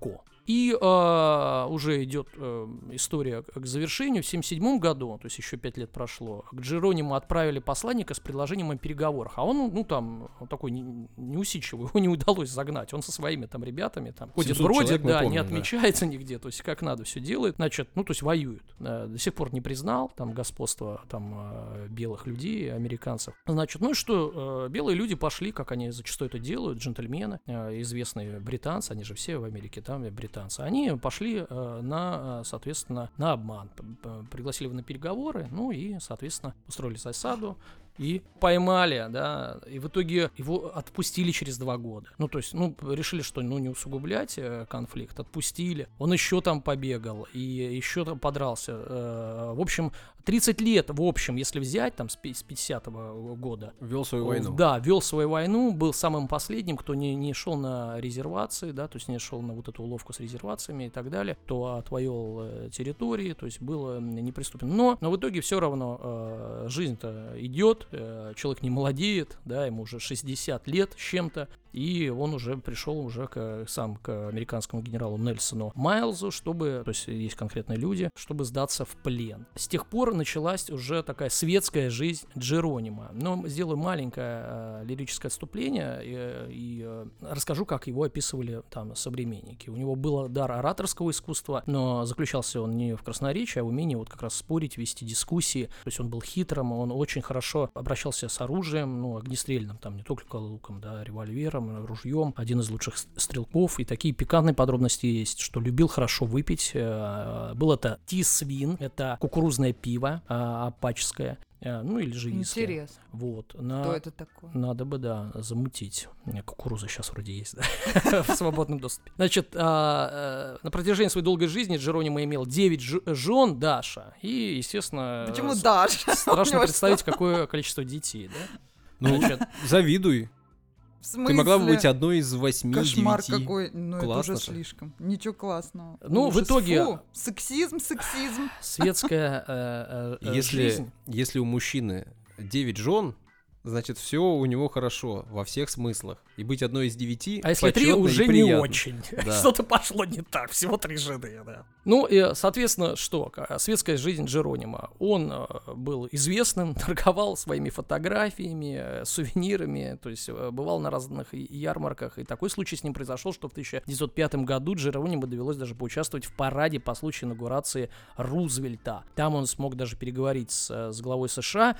S3: И э, уже идет э, история к завершению. В семьдесят седьмом году, то есть еще пять лет прошло, к Джерониму отправили посланника с предложением о переговорах. А он, ну там, он такой не, неусидчивый, его не удалось загнать. Он со своими там ребятами там ходит, бродит, да, помним, не отмечается да. нигде, то есть как надо все делает. Значит, ну то есть воюет. До сих пор не признал там господство там белых людей, американцев. Значит, ну и что, белые люди пошли, как они зачастую это делают, джентльмены, известные британцы, они же все в Америке там британцы. Они пошли э, на, соответственно, на обман. Пригласили его на переговоры, ну и, соответственно, устроили засаду и поймали, да, и в итоге его отпустили через два года. Ну, то есть, ну, решили, что, ну, не усугублять э, конфликт, отпустили. Он еще там побегал и еще там подрался. Э, в общем, тридцать лет, в общем, если взять, там, с пятидесятого года.
S1: Вел свою войну.
S3: Да, вел свою войну, был самым последним, кто не, не шел на резервации, да, то есть не шел на вот эту уловку с резервациями и так далее, то отвоевал э, территории, то есть было неприступно. Но, но в итоге все равно э, жизнь-то идет, человек не молодеет, да, ему уже шестьдесят лет с чем-то, и он уже пришел уже к, сам к американскому генералу Нельсону Майлзу, чтобы, то есть есть конкретные люди, чтобы сдаться в плен. С тех пор началась уже такая светская жизнь Джеронима. Но сделаю маленькое э, лирическое отступление и, и э, расскажу, как его описывали там современники. У него был дар ораторского искусства, но заключался он не в красноречии, а в умении вот как раз спорить, вести дискуссии. То есть он был хитрым, он очень хорошо обращался с оружием, ну, огнестрельным, там не только луком, да, револьвером, ружьем, один из лучших стрелков, и такие пикантные подробности есть, что любил хорошо выпить. Был это тисвин, это кукурузное пиво апачское, ну или же виски.
S2: Интересно.
S3: Вот. На...
S2: Что это такое?
S3: Надо бы, да, замутить. Кукуруза сейчас вроде есть, да, в свободном доступе. Значит, на протяжении своей долгой жизни Джеронимо имел девять жен, Даша, и, естественно...
S2: Почему Даша?
S3: Страшно представить, какое количество детей, да?
S1: Ну, завидуй.
S2: В смысле?
S1: Ты могла бы быть одной из восьми,
S2: Кошмар
S1: девяти.
S2: какой. Ну,
S1: Классно
S2: это уже
S1: же.
S2: слишком. Ничего классного.
S3: Ну,
S2: Ужас.
S3: в итоге...
S2: Фу. Сексизм, сексизм.
S3: Светская э, э,
S1: Если,
S3: жизнь...
S1: если у мужчины девять жен, значит, все у него хорошо во всех смыслах. И быть одной из девяти
S3: А если три,
S1: почетно
S3: уже
S1: и
S3: не
S1: приятно.
S3: очень.
S1: Да.
S3: Что-то пошло не так. Всего три жены, да. Ну, и, соответственно, что? Светская жизнь Джеронима. Он э, был известным, торговал своими фотографиями, э, сувенирами, то есть э, бывал на разных ярмарках. И такой случай с ним произошел, что в тысяча девятьсот пятом году Джерониму довелось даже поучаствовать в параде по случаю инаугурации Рузвельта. Там он смог даже переговорить с, с главой США,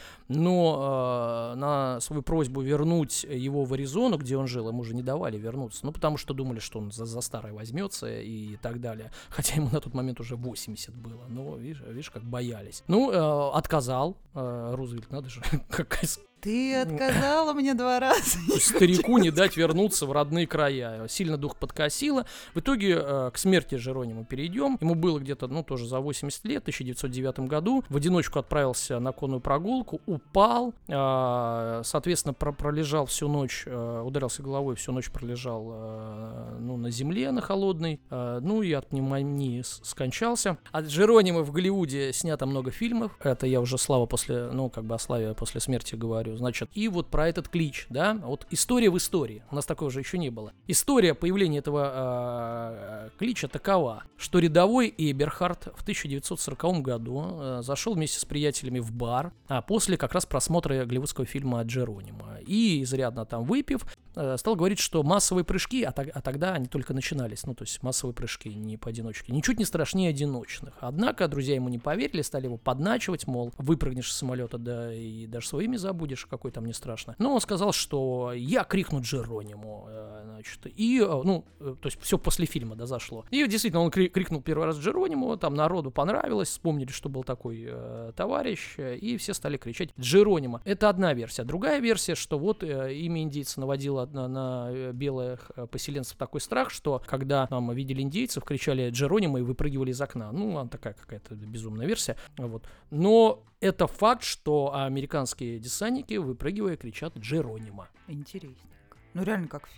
S3: но э, на свою просьбу вернуть его в Аризону, где он жил, ему уже не давали вернуться. Ну, потому что думали, что он за, за старое возьмется и так далее. Хотя ему на тот момент уже восемьдесят было. Ну, видишь, видишь как боялись. Ну, э, отказал э, Рузвельт, надо же, какая...
S2: Ты отказала мне два раза.
S3: Старику не дать вернуться в родные края. Сильно дух подкосило. В итоге э, к смерти Джеронима перейдем. Ему было где-то, ну, тоже за восемьдесят лет, в тысяча девятьсот девятом году. В одиночку отправился на конную прогулку, упал, э, соответственно, про- пролежал всю ночь, э, ударился головой, всю ночь пролежал э, ну, на земле, на холодной, э, ну и от пневмонии с- скончался. От Джеронима в Голливуде снято много фильмов. Это я уже слава после, ну, как бы о славе после смерти говорю. Значит, и вот про этот клич, да, вот история в истории, у нас такого же еще не было. История появления этого э, клича такова, что рядовой Эберхард в тысяча девятьсот сороковом году э, зашел вместе с приятелями в бар, а после как раз просмотра голливудского фильма Джеронима, и изрядно там выпив, э, стал говорить, что массовые прыжки, а, т- а тогда они только начинались, ну то есть массовые прыжки не поодиночке, ничуть не страшнее одиночных. Однако друзья ему не поверили, стали его подначивать, мол, выпрыгнешь с самолета, да и даже свое имя забудешь, какой там не страшно. Но он сказал, что я крикну Джерониму, значит, и, ну, то есть все после фильма, да, зашло. И действительно он кри- крикнул первый раз Джерониму, там народу понравилось, вспомнили, что был такой э, товарищ, и все стали кричать Джеронима. Это одна версия. Другая версия, что вот э, имя индейца наводило на, на белых поселенцев такой страх, что когда там видели индейцев, кричали Джеронима и выпрыгивали из окна. Ну, она такая какая-то безумная версия. Вот. Но это факт, что американские десантники, выпрыгивая, кричат Джеронима.
S2: Интересно. Ну, реально как фильм.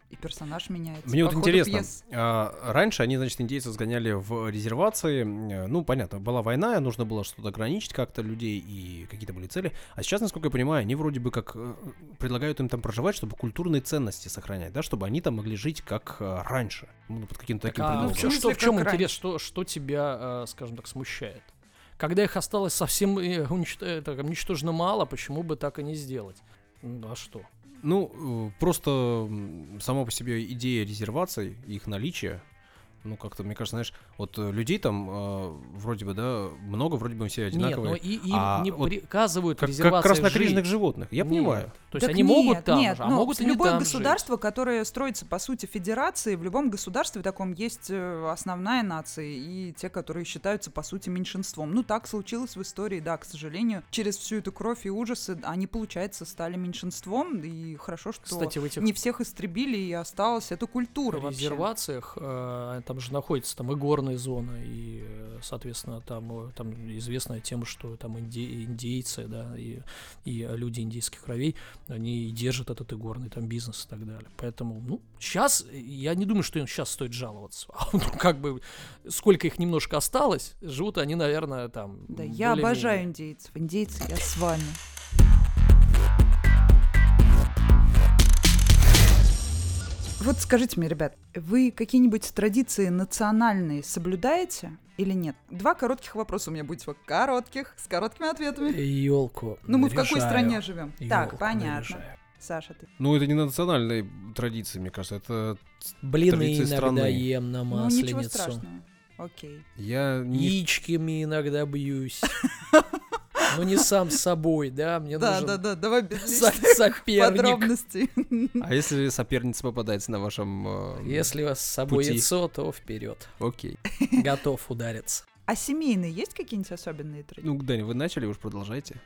S2: И персонаж меняется.
S1: Мне
S2: по
S1: вот
S2: ходу
S1: интересно,
S2: пьес.
S1: а, раньше они, значит, индейцев сгоняли в резервации, э, ну, понятно, была война, нужно было что-то ограничить как-то людей, и какие-то были цели, а сейчас, насколько я понимаю, они вроде бы как э, предлагают им там проживать, чтобы культурные ценности сохранять, да, чтобы они там могли жить как э, раньше, ну, под каким-то таким
S3: А
S1: предлогом.
S3: в,
S2: в
S3: чё-
S2: смысле,
S3: что, в чем
S2: как
S3: интерес, что, что тебя, э, скажем так, смущает? Когда их осталось совсем э, уничт- э, так, ничтожно мало, почему бы так и не сделать? Ну, а что?
S1: Ну, э, просто м, сама по себе идея резерваций, их наличие, ну, как-то, мне кажется, знаешь, вот э, людей там э, вроде бы, да, много, вроде бы все
S3: Нет, но
S1: одинаковые.
S3: и, им
S1: а
S3: не
S1: вот
S3: приказывают
S1: как,
S3: в
S1: как
S3: резервациях
S1: краснокнижных
S3: жить.
S1: животных, я
S3: Нет.
S1: понимаю.
S3: То есть
S2: Так
S3: они
S2: нет,
S3: могут там
S2: нет,
S3: же, а
S2: ну,
S3: могут и не
S2: любое
S3: там
S2: государство,
S3: жить.
S2: которое строится по сути федерацией, в любом государстве таком есть э, основная нация и те, которые считаются по сути меньшинством. Ну так случилось в истории, да, к сожалению, через всю эту кровь и ужасы они, получается, стали меньшинством, и хорошо, что
S3: Кстати, в этих
S2: не всех истребили и осталась эта культура
S3: в
S2: вообще.
S3: резервациях, э, там же находится там и горные зоны, и, э, соответственно, там, э, там известная тема, что там инди- индейцы, да, и, и люди индейских кровей, они и держат этот игорный там бизнес и так далее. Поэтому, ну, сейчас, я не думаю, что им сейчас стоит жаловаться. Ну, как бы, сколько их немножко осталось, живут они, наверное, там...
S2: Да, я
S3: более-менее.
S2: обожаю индейцев. Индейцы, я с вами. Вот скажите мне, ребят, вы какие-нибудь традиции национальные соблюдаете или нет? Два коротких вопроса у меня будет. Вот коротких, с короткими ответами.
S3: Ёлку
S2: Ну мы в какой
S3: наряжаю.
S2: стране живем? Так,
S3: Ёлку
S2: понятно.
S3: наряжаю.
S2: Саша, ты.
S1: Ну, это не национальные традиции, мне кажется, это
S3: Блины
S1: традиции
S3: иногда
S1: страны.
S3: ем на
S2: Ну ничего
S3: масленицу.
S2: страшного. Окей.
S1: Я не...
S3: Яичками иногда бьюсь. Ну, не сам с собой, да? Мне
S2: Да,
S3: нужен
S2: да, да, давай без
S3: со-
S2: лишних
S3: соперник.
S2: подробностей.
S1: А если соперница попадается на вашем... э,
S3: Если у вас с собой
S1: Пути.
S3: яйцо, то вперед.
S1: Окей.
S3: Готов удариться.
S2: А семейные есть какие-нибудь особенные традиции?
S1: Ну, Дань, вы начали, уж продолжайте.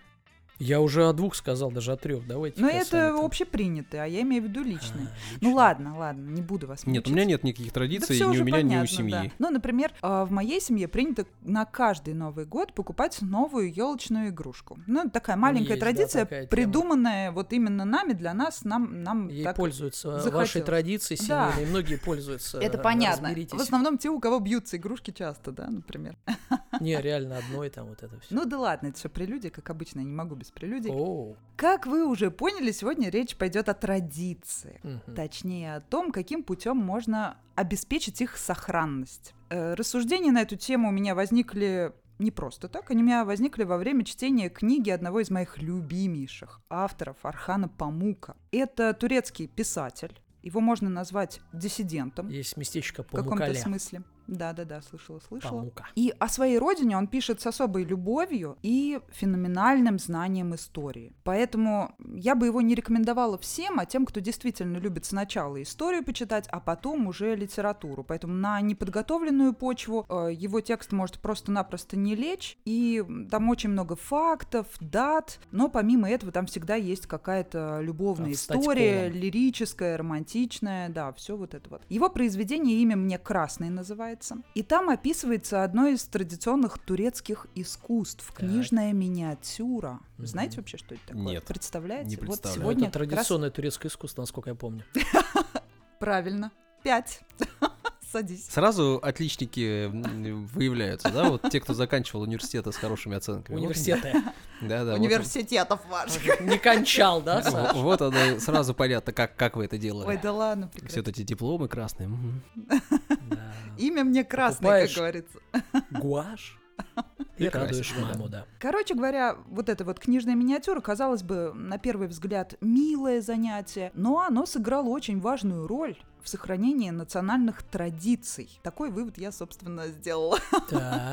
S3: Я уже о двух сказал, даже о трех. Давайте.
S2: Ну это общепринятые, а я имею в виду личные. Ну ладно, ладно, не буду вас
S1: Нет, у
S2: мучить.
S1: меня нет никаких
S2: Да
S1: традиций,
S2: всё
S1: ни
S2: уже
S1: у меня, ни у
S2: понятно,
S1: семьи.
S2: да. Ну, например, а, в моей семье принято на каждый Новый год покупать новую елочную игрушку. Ну, это такая маленькая
S3: Есть, да,
S2: традиция,
S3: такая тема.
S2: придуманная вот именно нами, для нас, нам, нам
S3: Ей
S2: так...
S3: пользуются
S2: захотелось.
S3: вашей традицией
S2: Да.
S3: семейной, многие пользуются.
S2: Это
S3: э,
S2: понятно.
S3: разберитесь.
S2: В основном те, у кого бьются игрушки часто, да, например.
S3: Не, реально одной там вот это все.
S2: Ну да ладно, это все прелюдия, как обычно, я не могу без прелюдий.
S3: Оу.
S2: Как вы уже поняли, сегодня речь пойдет о традициях.
S3: Мгм.
S2: Точнее, о том, каким путем можно обеспечить их сохранность. Э, рассуждения на эту тему у меня возникли не просто так, они у меня возникли во время чтения книги одного из моих любимейших авторов, Орхана Памука. Это турецкий писатель. Его можно назвать диссидентом
S3: Есть местечко
S2: в каком-то
S3: Памукаля.
S2: смысле. Да-да-да, слышала, слышала.
S3: Памука.
S2: И о своей родине он пишет с особой любовью и феноменальным знанием истории. Поэтому я бы его не рекомендовала всем, а тем, кто действительно любит сначала историю почитать, а потом уже литературу. Поэтому на неподготовленную почву э, его текст может просто-напросто не лечь. И там очень много фактов, дат, но помимо этого там всегда есть какая-то любовная
S3: Да, встать
S2: история,
S3: колом.
S2: лирическая, романтичная, да, все вот это вот. Его произведение «Имя мне красный» называется. И там описывается одно из традиционных турецких искусств —
S3: Так.
S2: книжная миниатюра. Вы
S3: Мгм.
S2: знаете вообще, что это такое?
S1: Нет,
S2: Представляете?
S1: не
S2: Вот
S1: представляю.
S3: Ну,
S2: сегодня
S3: это
S2: как раз-
S3: традиционное турецкое искусство, насколько я помню.
S2: Правильно. Пять. Садись.
S1: Сразу отличники м, выявляются, да? Вот те, кто заканчивал университеты с хорошими оценками. Вот-
S3: Университеты.
S1: Да-да. вот-
S2: Университетов ваших.
S3: Не кончал, да,
S1: в-
S3: Саш?
S1: Вот оно, сразу понятно, как, как вы это делали.
S2: Ой, да ладно,
S1: Все
S2: прекрати.
S1: вот эти дипломы красные. мгм.
S3: Да.
S2: Имя мне красное,
S3: Покупаешь?
S2: как говорится.
S3: Гуашь. И
S1: И
S3: радуешь
S1: красишь, да.
S3: маму, да.
S2: Короче говоря, вот эта вот книжная миниатюра, казалось бы, на первый взгляд, милое занятие, но оно сыграло очень важную роль в сохранении национальных традиций. Такой вывод я, собственно, сделала.
S3: Так.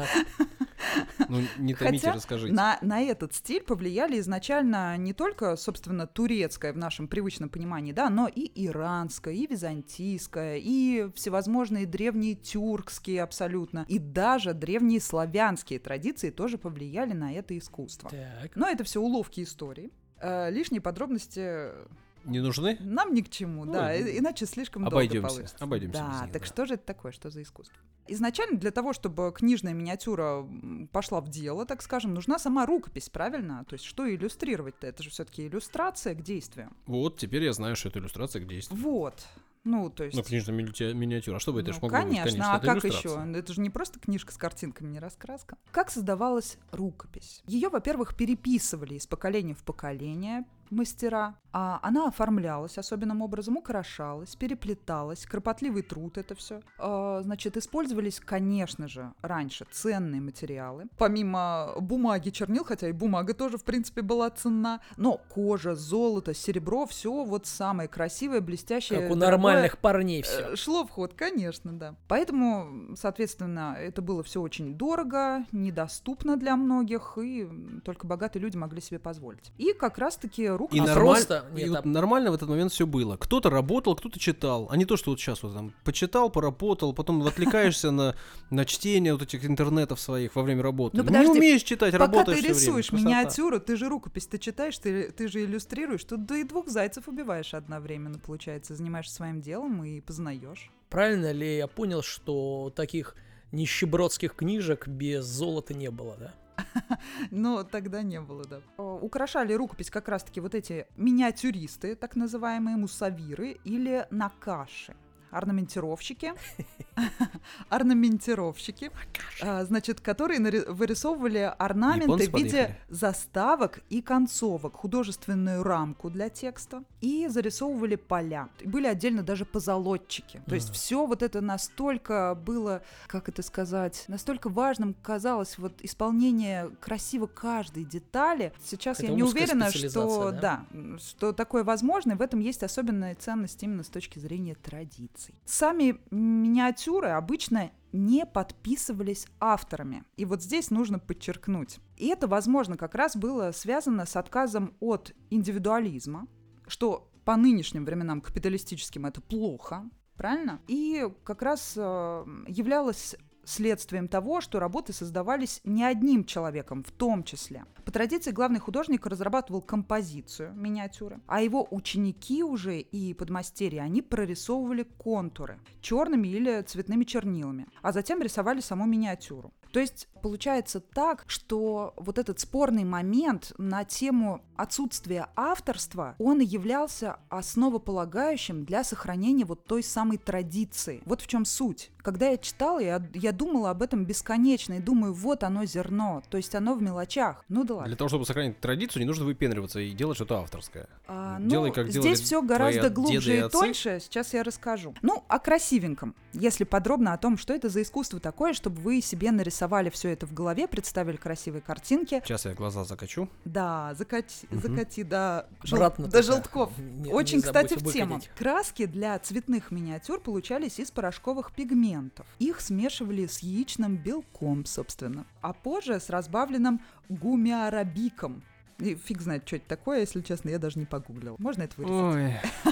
S1: Ну, не томите,
S2: Хотя
S1: расскажите.
S2: на, на этот стиль повлияли изначально не только, собственно, турецкое в нашем привычном понимании, да, но и иранское, и византийское, и всевозможные древние тюркские абсолютно, и даже древние славянские традиции тоже повлияли на это искусство.
S3: Так.
S2: Но это все уловки истории. Э, лишние подробности
S1: Не нужны?
S2: нам ни к чему,
S1: Ну,
S2: да,
S1: ну,
S2: и- иначе слишком долго
S1: обойдемся,
S2: получится.
S1: обойдемся
S2: Да,
S1: без них,
S2: так
S1: да.
S2: что же это такое, что за искусство? Изначально для того, чтобы книжная миниатюра м, пошла в дело, так скажем, нужна сама рукопись, правильно? То есть что иллюстрировать-то? Это же все-таки иллюстрация к действию.
S1: Вот, теперь я знаю, что это иллюстрация к действию.
S2: Вот. Ну, то есть...
S1: Ну, книжная мини- миниатюра. А что бы это
S2: Ну,
S1: ж могло быть?
S2: конечно,
S1: Конечно,
S2: а
S1: это
S2: как
S1: иллюстрация.
S2: еще? Это же не просто книжка с картинками, не раскраска. Как создавалась рукопись? Ее, во-первых, переписывали из поколения в поколение мастера, а она оформлялась особенным образом, украшалась, переплеталась, кропотливый труд это все. Значит, использовались, конечно же, раньше ценные материалы, помимо бумаги, чернил, хотя и бумага тоже, в принципе, была ценна, но кожа, золото, серебро, все вот самое красивое, блестящее.
S3: Как у
S2: дорогое,
S3: нормальных парней все.
S2: э, шло в ход, конечно, да. Поэтому, соответственно, это было все очень дорого, недоступно для многих, и только богатые люди могли себе позволить. И как раз-таки рука...
S1: И,
S3: А
S1: нормаль-
S3: просто-
S1: и
S3: нет,
S1: вот
S3: а-
S1: нормально в этот момент все было. Кто-то работал, кто-то читал. А не то, что вот сейчас вот там почитал, поработал, потом отвлекаешься на, на чтение вот этих интернетов своих во время работы.
S2: Ну,
S1: Не
S2: подожди,
S1: умеешь читать,
S2: Пока
S1: работаешь
S2: ты
S1: всё время.
S2: рисуешь
S1: Красота.
S2: миниатюру, ты же рукопись ты читаешь, ты, ты же иллюстрируешь, тут да и двух зайцев убиваешь одновременно, получается. Занимаешься своим делом и познаешь.
S3: Правильно ли я понял, что таких нищебродских книжек без золота не было, да?
S2: Но тогда не было, да. О, Украшали рукопись как раз-таки вот эти миниатюристы, так называемые мусавиры или накаши. Орнаментировщики, орнаментировщики, а, значит, которые нари- вырисовывали орнаменты
S1: Японцы
S2: в виде
S1: подъехали.
S2: заставок и концовок, художественную рамку для текста и зарисовывали поля. И были отдельно даже позолотчики. То есть
S3: Ага.
S2: все вот это настолько было, как это сказать, настолько важным казалось вот исполнение красиво каждой детали. Сейчас
S3: Это
S2: я не
S3: узкая
S2: уверена,
S3: специализация,
S2: что
S3: да?
S2: да, м, что такое возможно, и в этом есть особенная ценность именно с точки зрения традиций. Сами миниатюры обычно не подписывались авторами. И вот здесь нужно подчеркнуть. И это, возможно, как раз было связано с отказом от индивидуализма, что по нынешним временам капиталистическим это плохо, правильно? И как раз э, являлось следствием того, что работы создавались не одним человеком в том числе. По традиции главный художник разрабатывал композицию миниатюры, а его ученики уже и подмастерья, они прорисовывали контуры черными или цветными чернилами, а затем рисовали саму миниатюру. То есть получается так, что вот этот спорный момент на тему отсутствия авторства, он и являлся основополагающим для сохранения вот той самой традиции. Вот в чем суть. Когда я читала, я, я думала об этом бесконечно и думаю, вот оно зерно, то есть оно в мелочах. Ну да ладно.
S1: Для того, чтобы сохранить традицию, не нужно выпендриваться и делать что-то авторское.
S2: А,
S1: Делай,
S2: ну,
S1: как делали
S2: здесь все
S1: твои
S2: гораздо
S1: деды
S2: глубже
S1: и
S2: и
S1: отцы.
S2: тоньше. Сейчас я расскажу. Ну, о красивеньком. Если подробно о том, что это за искусство такое, чтобы вы себе нарисовали все это в голове, представили красивые картинки.
S1: Сейчас я глаза закачу.
S2: Да, закати,
S1: Мгм.
S2: закати до, жел-
S3: Обратно
S2: до
S3: только.
S2: желтков.
S3: Не-
S2: Очень,
S3: не
S2: кстати,
S3: забудь
S2: в тему.
S3: выкатить.
S2: Краски для цветных миниатюр получались из порошковых пигментов. Их смешивали с яичным белком, собственно. А позже с разбавленным гумиарабиком. И фиг знает, что это такое, если честно, я даже не погуглила. Можно это вырезать?
S1: Ой,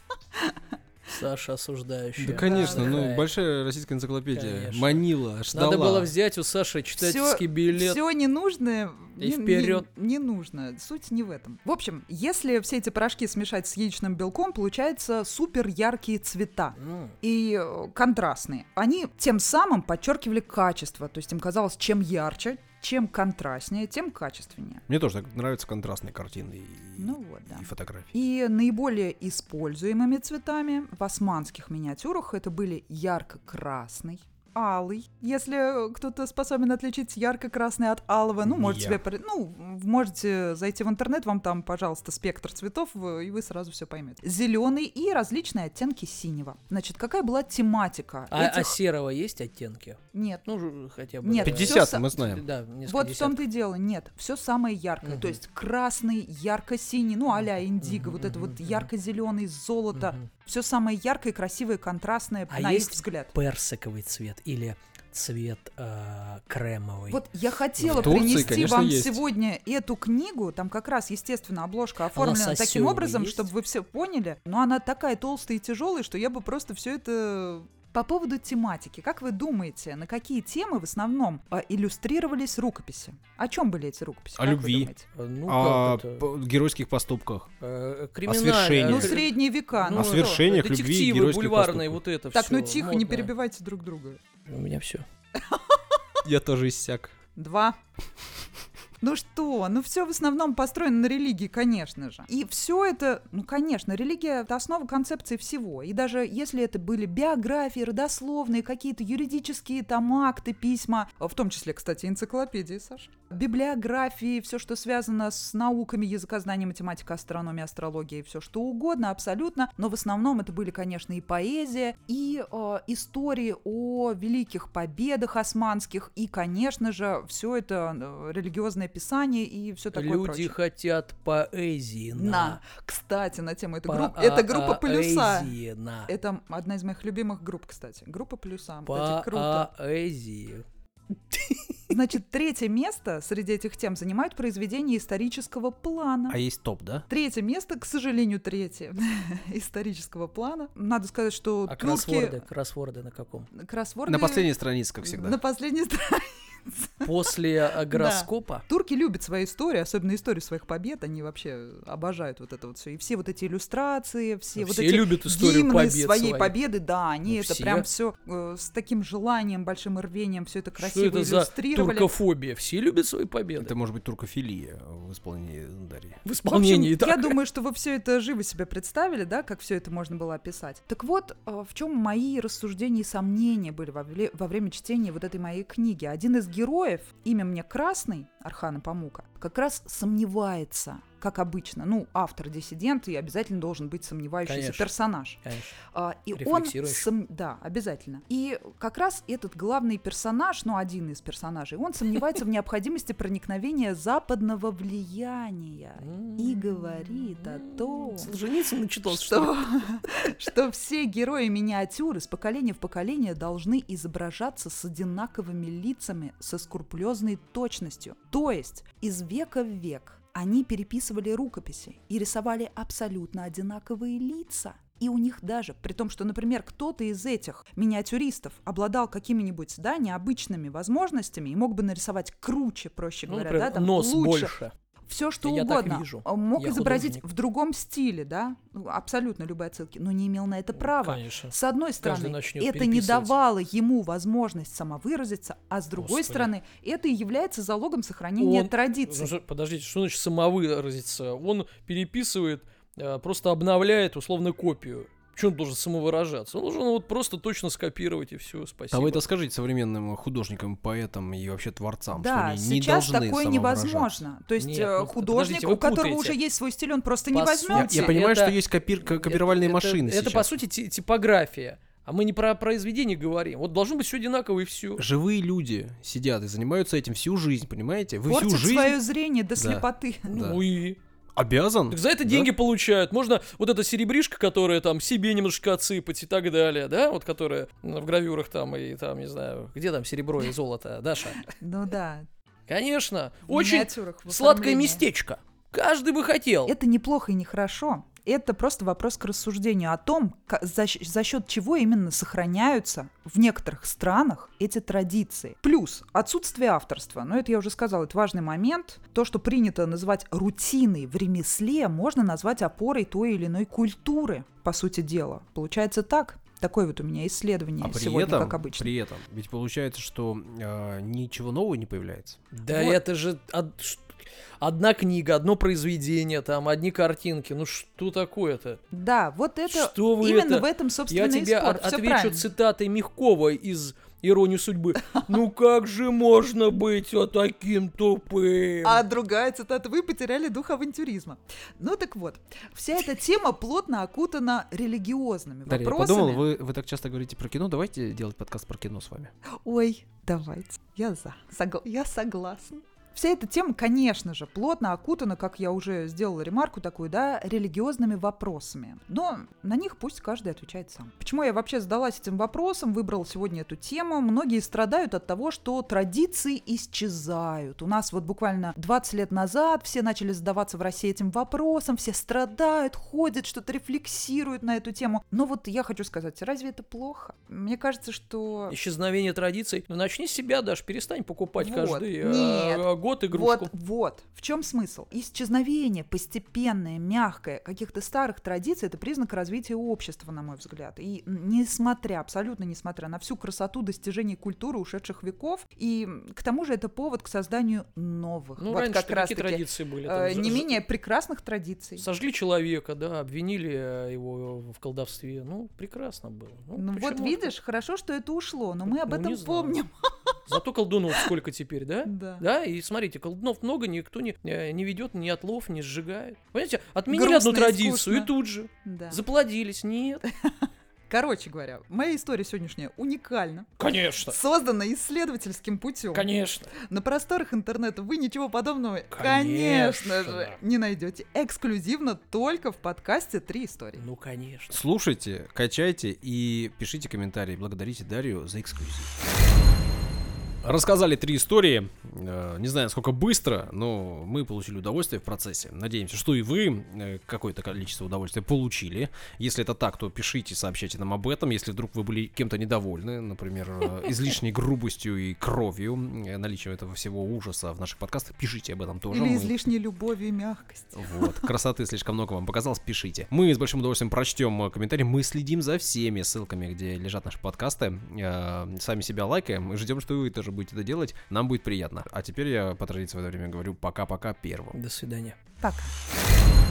S3: Саша осуждающая.
S1: да, конечно, ну,
S3: Такая.
S1: большая российская энциклопедия
S3: Конечно.
S1: манила, ждала.
S3: Надо было взять у Саши читательский билет.
S2: Все ненужное
S3: И
S2: не,
S3: вперед.
S2: не- не нужно. Суть не в этом. В общем, если все эти порошки смешать с яичным белком, получаются супер яркие цвета.
S3: Ну,
S2: И э, контрастные. Они тем самым подчеркивали качество. То есть им казалось, чем ярче, чем контрастнее, тем качественнее.
S1: Мне тоже так нравятся контрастные картины и,
S2: Ну вот, да.
S1: и фотографии.
S2: И наиболее используемыми цветами в османских миниатюрах это были ярко-красный, алый. Если кто-то способен отличить ярко-красный от алого, ну,
S1: Не
S2: можете
S1: я.
S2: себе, при- ну, можете зайти в интернет, вам там, пожалуйста, спектр цветов, в- и вы сразу все поймете. Зеленый и различные оттенки синего. Значит, какая была тематика
S3: а, а
S2: этих?
S3: серого есть оттенки?
S2: Нет.
S3: Ну, ж- хотя бы.
S2: Нет,
S3: э,
S1: пятьдесят
S2: всё
S1: мы
S2: са-
S1: знаем.
S3: Да, несколько
S2: Вот в
S3: десятков.
S2: том-то и дело, нет, все самое яркое,
S3: Мгм.
S2: то есть красный, ярко-синий, ну а-ля индиго,
S3: Мгм,
S2: вот это
S3: мгм,
S2: вот
S3: мгм.
S2: ярко-зеленый, золото,
S3: Мгм.
S2: все самое яркое, красивое, контрастное,
S3: А
S2: на
S3: есть
S2: их взгляд.
S3: Персиковый цвет или цвет э, кремовый.
S2: Вот я хотела
S1: В Турции,
S2: принести
S1: конечно,
S2: вам
S1: есть.
S2: сегодня эту книгу, там как раз, естественно, обложка оформлена таким
S3: лососёвый
S2: образом,
S3: есть?
S2: чтобы вы все поняли, но она такая толстая и тяжелая, что я бы просто все это... По поводу тематики, как вы думаете, на какие темы в основном а, иллюстрировались рукописи? О чем были эти рукописи?
S1: О
S2: как вы
S1: любви.
S2: думаете?
S3: Э, Ну,
S1: О
S3: как это?
S1: п- героических поступках.
S3: Э,
S1: свершениях.
S2: Ну,
S1: Э,
S2: средние века.
S3: ну,
S2: ну
S1: о
S2: что?
S1: свершениях, любви и
S3: детективы,
S1: героических
S3: бульварные,
S1: поступках.
S3: вот это
S2: Так,
S3: всё
S2: ну тихо, не
S3: модное.
S2: перебивайте друг друга.
S3: У меня все.
S1: Я тоже иссяк.
S2: Два. Ну что, ну все в основном построено на религии, конечно же. И все это, ну конечно, религия — это основа концепции всего. И даже если это были биографии, родословные, какие-то юридические там акты, письма, в том числе, кстати, энциклопедии, Саша, библиографии, все, что связано с науками, языкознание, математика, астрономия, астрология, все что угодно, абсолютно. Но в основном это были, конечно, и поэзия, и э, истории о великих победах османских, и, конечно же, все это э, религиозное писание и все такое
S3: Люди
S2: прочее.
S3: хотят поэзии. На.
S2: На. Кстати, на тему этой
S3: По-
S2: группы. Это группа
S3: а-
S2: Полюса.
S3: поэзии, на.
S2: Это одна из моих любимых групп, кстати. Группа Полюса. Кстати, круто.
S3: Поэзии.
S2: Значит, третье место среди этих тем занимают произведения исторического плана.
S1: А есть топ, да?
S2: Третье место, к сожалению, третье исторического плана. Надо сказать, что
S3: А
S2: турки...
S3: кроссворды? Кроссворды на каком?
S2: Кроссворды...
S1: На последней странице, как всегда.
S2: На последней странице.
S3: После э, гороскопа?
S2: Турки любят свои истории, особенно историю своих побед. Они вообще обожают вот это вот все. И все вот эти иллюстрации, все, вот
S3: Все
S2: эти
S3: любят историю
S2: гимны
S3: побед
S2: своей
S3: своих.
S2: победы. Да, они
S3: Ну,
S2: это
S3: все.
S2: прям все э, с таким желанием, большим рвением все это красиво
S3: Что это за
S2: иллюстрировали.
S3: туркофобия? Все любят свои победы.
S1: Это может быть туркофилия в исполнении Дарьи.
S3: В
S2: В
S3: исполнении
S2: общем,
S3: так.
S2: я думаю, что вы все это живо себе представили, да, как все это можно было описать. Так вот, э, в чем мои рассуждения и сомнения были во, вле- во время чтения вот этой моей книги. Один из героев, имя мне Красный, Архана Памука, как раз сомневается, как обычно. Ну, автор-диссидент, и обязательно должен быть сомневающийся
S3: Конечно.
S2: персонаж.
S3: Конечно.
S2: А, и он
S3: Рефлексирующий.
S2: сом- да, обязательно. И как раз этот главный персонаж, ну, один из персонажей, он сомневается в необходимости проникновения западного влияния и говорит о том,
S3: Солженицын начитался, что ли?
S2: что, что все герои миниатюры с поколения в поколение должны изображаться с одинаковыми лицами, со скрупулезной точностью. То есть из века в век они переписывали рукописи и рисовали абсолютно одинаковые лица. И у них даже, при том, что, например, кто-то из этих миниатюристов обладал какими-нибудь, да, необычными возможностями и мог бы нарисовать круче, проще
S3: Ну,
S2: говоря,
S3: например,
S2: да, там
S3: нос
S2: лучше.
S3: больше.
S2: Все что
S3: Я так
S2: угодно.
S3: вижу.
S2: Мог
S3: Я
S2: изобразить
S3: художник.
S2: в другом стиле, да, ну, абсолютно любые отсылки, но не имел на это права.
S3: Конечно.
S2: С одной
S3: Каждый
S2: стороны,
S3: начнет
S2: это не
S3: переписывать.
S2: давало ему возможность самовыразиться, а с другой
S3: Господи.
S2: стороны, это и является залогом сохранения
S3: Он-
S2: традиций.
S3: Ну, что- Подождите, что значит самовыразиться? Он переписывает, э, просто обновляет условно копию. Почему он должен самовыражаться? Он должен вот просто точно скопировать и все. Спасибо.
S1: А вы это скажите современным художникам, поэтам и вообще творцам, что
S2: Да,
S1: они не
S2: сейчас
S1: должны
S2: такое
S1: самовыражаться.
S2: невозможно. То есть
S3: Нет,
S2: э,
S3: ну,
S2: художник,
S3: подождите, вы
S2: у которого
S3: путаете.
S2: уже есть свой стиль, он просто
S3: По
S2: не
S3: сути,
S1: Я,
S2: возьмется.
S1: я понимаю,
S3: Это-
S1: что есть копир- ко- копировальные
S3: Это-
S1: машины
S3: это,
S1: сейчас.
S3: по сути, ти- типография. А мы не про произведение говорим. Вот должно быть все одинаково и все.
S1: Живые люди сидят и занимаются этим всю жизнь, понимаете? Вы
S2: Портит
S1: всю жизнь
S2: свое зрение до
S1: Да.
S2: слепоты.
S1: Да.
S3: Ну и...
S1: обязан.
S3: Так за это
S1: да?
S3: деньги получают. Можно вот эта серебришка, которая там себе немножко отсыпать и так далее, да, вот которая в гравюрах там и там, не знаю, где там серебро и золото, Даша?
S2: Ну да.
S3: Конечно.
S2: в
S3: Очень
S2: миниатюрах, в
S3: сладкое
S2: оформлении.
S3: местечко. Каждый бы хотел.
S2: Это неплохо и нехорошо. Это просто вопрос к рассуждению о том, ка- за, щ- за счет чего именно сохраняются в некоторых странах эти традиции. Плюс отсутствие авторства. Но это я уже сказала, это важный момент. То, что принято называть рутиной в ремесле, можно назвать опорой той или иной культуры, по сути дела. Получается так. Такое вот у меня исследование
S1: А при
S2: сегодня,
S1: этом,
S2: как обычно.
S1: при этом, ведь получается, что э, ничего нового не появляется.
S3: Да
S2: Вот.
S3: это же од- ш- одна книга, одно произведение, там, одни картинки. Ну что такое-то?
S2: Да, вот это
S3: Что вы
S2: именно
S3: это?
S2: в этом, собственно,
S3: Я
S2: и
S3: тебе
S2: спор.
S3: от-
S2: Всё
S3: отвечу
S2: правильно.
S3: цитатой Мягкова из «Иронии судьбы». Ну как же можно быть вот таким тупым?
S2: А другая цитата: вы потеряли дух авантюризма. Ну так вот, вся эта тема плотно окутана религиозными
S1: Дарья, я
S2: вопросами.
S1: подумал, вы, вы так часто говорите про кино, давайте делать подкаст про кино с вами.
S2: Ой, давайте. Я за. Согла- Я согласна. Вся эта тема, конечно же, плотно окутана, как я уже сделала ремарку такую, да, религиозными вопросами. Но на них пусть каждый отвечает сам. Почему я вообще задалась этим вопросом, выбрала сегодня эту тему? Многие страдают от того, что традиции исчезают. У нас вот буквально двадцать лет назад все начали задаваться в России этим вопросом, все страдают, ходят, что-то рефлексируют на эту тему. Но вот я хочу сказать, разве это плохо? Мне кажется, что...
S3: Исчезновение традиций. Ну начни с себя, Даш, перестань покупать
S2: Вот.
S3: каждый э,
S2: Нет.
S3: год год игрушку.
S2: Вот, вот. В чем смысл? Исчезновение постепенное, мягкое каких-то старых традиций — это признак развития общества, на мой взгляд. И несмотря, абсолютно несмотря на всю красоту достижений культуры ушедших веков, и к тому же это повод к созданию новых.
S3: Ну,
S2: вот
S3: раньше
S2: как раз
S3: какие
S2: таки,
S3: традиции были?
S2: э,
S3: Там
S2: не
S3: ж-
S2: менее прекрасных традиций.
S3: Сожгли человека, да, обвинили э, его в колдовстве. Ну, прекрасно было. Ну,
S2: Ну вот
S3: почему?
S2: видишь, хорошо, что это ушло, но мы об
S3: Ну,
S2: этом
S3: не знаю.
S2: помним.
S3: Зато колдунов сколько теперь, да?
S2: Да.
S3: Да, и смотрите, колдунов много, никто не, э, не ведет ни отлов, не сжигает. Понимаете, отменили
S2: Грустно
S3: одну
S2: и
S3: традицию
S2: скучно.
S3: и тут же
S2: Да.
S3: заплодились. Нет.
S2: Короче говоря, моя история сегодняшняя уникальна.
S3: Конечно.
S2: Создана исследовательским путем.
S3: Конечно.
S2: На просторах интернета вы ничего подобного,
S3: Конечно.
S2: конечно же, не найдете. Эксклюзивно только в подкасте «Три истории».
S3: Ну, конечно.
S1: Слушайте, качайте и пишите комментарии. Благодарите Дарью за эксклюзив. Рассказали три истории. Э, Не знаю, насколько быстро, но мы получили удовольствие в процессе. Надеемся, что и вы э, какое-то количество удовольствия получили. Если это так, то пишите, сообщайте нам об этом. Если вдруг вы были кем-то недовольны, например, э, излишней грубостью и кровью, э, наличием этого всего ужаса в наших подкастах, пишите об этом тоже.
S2: Или
S1: Мы-
S2: излишней любовью и мягкостью.
S1: Вот, красоты слишком много вам показалось, пишите. Мы с большим удовольствием прочтем э, комментарии, мы следим за всеми ссылками, где лежат наши подкасты, Э, сами себя лайкаем и ждем, что вы тоже будете это делать, нам будет приятно. А теперь я по традиции в это время говорю пока-пока первым.
S3: До свидания.
S2: Пока.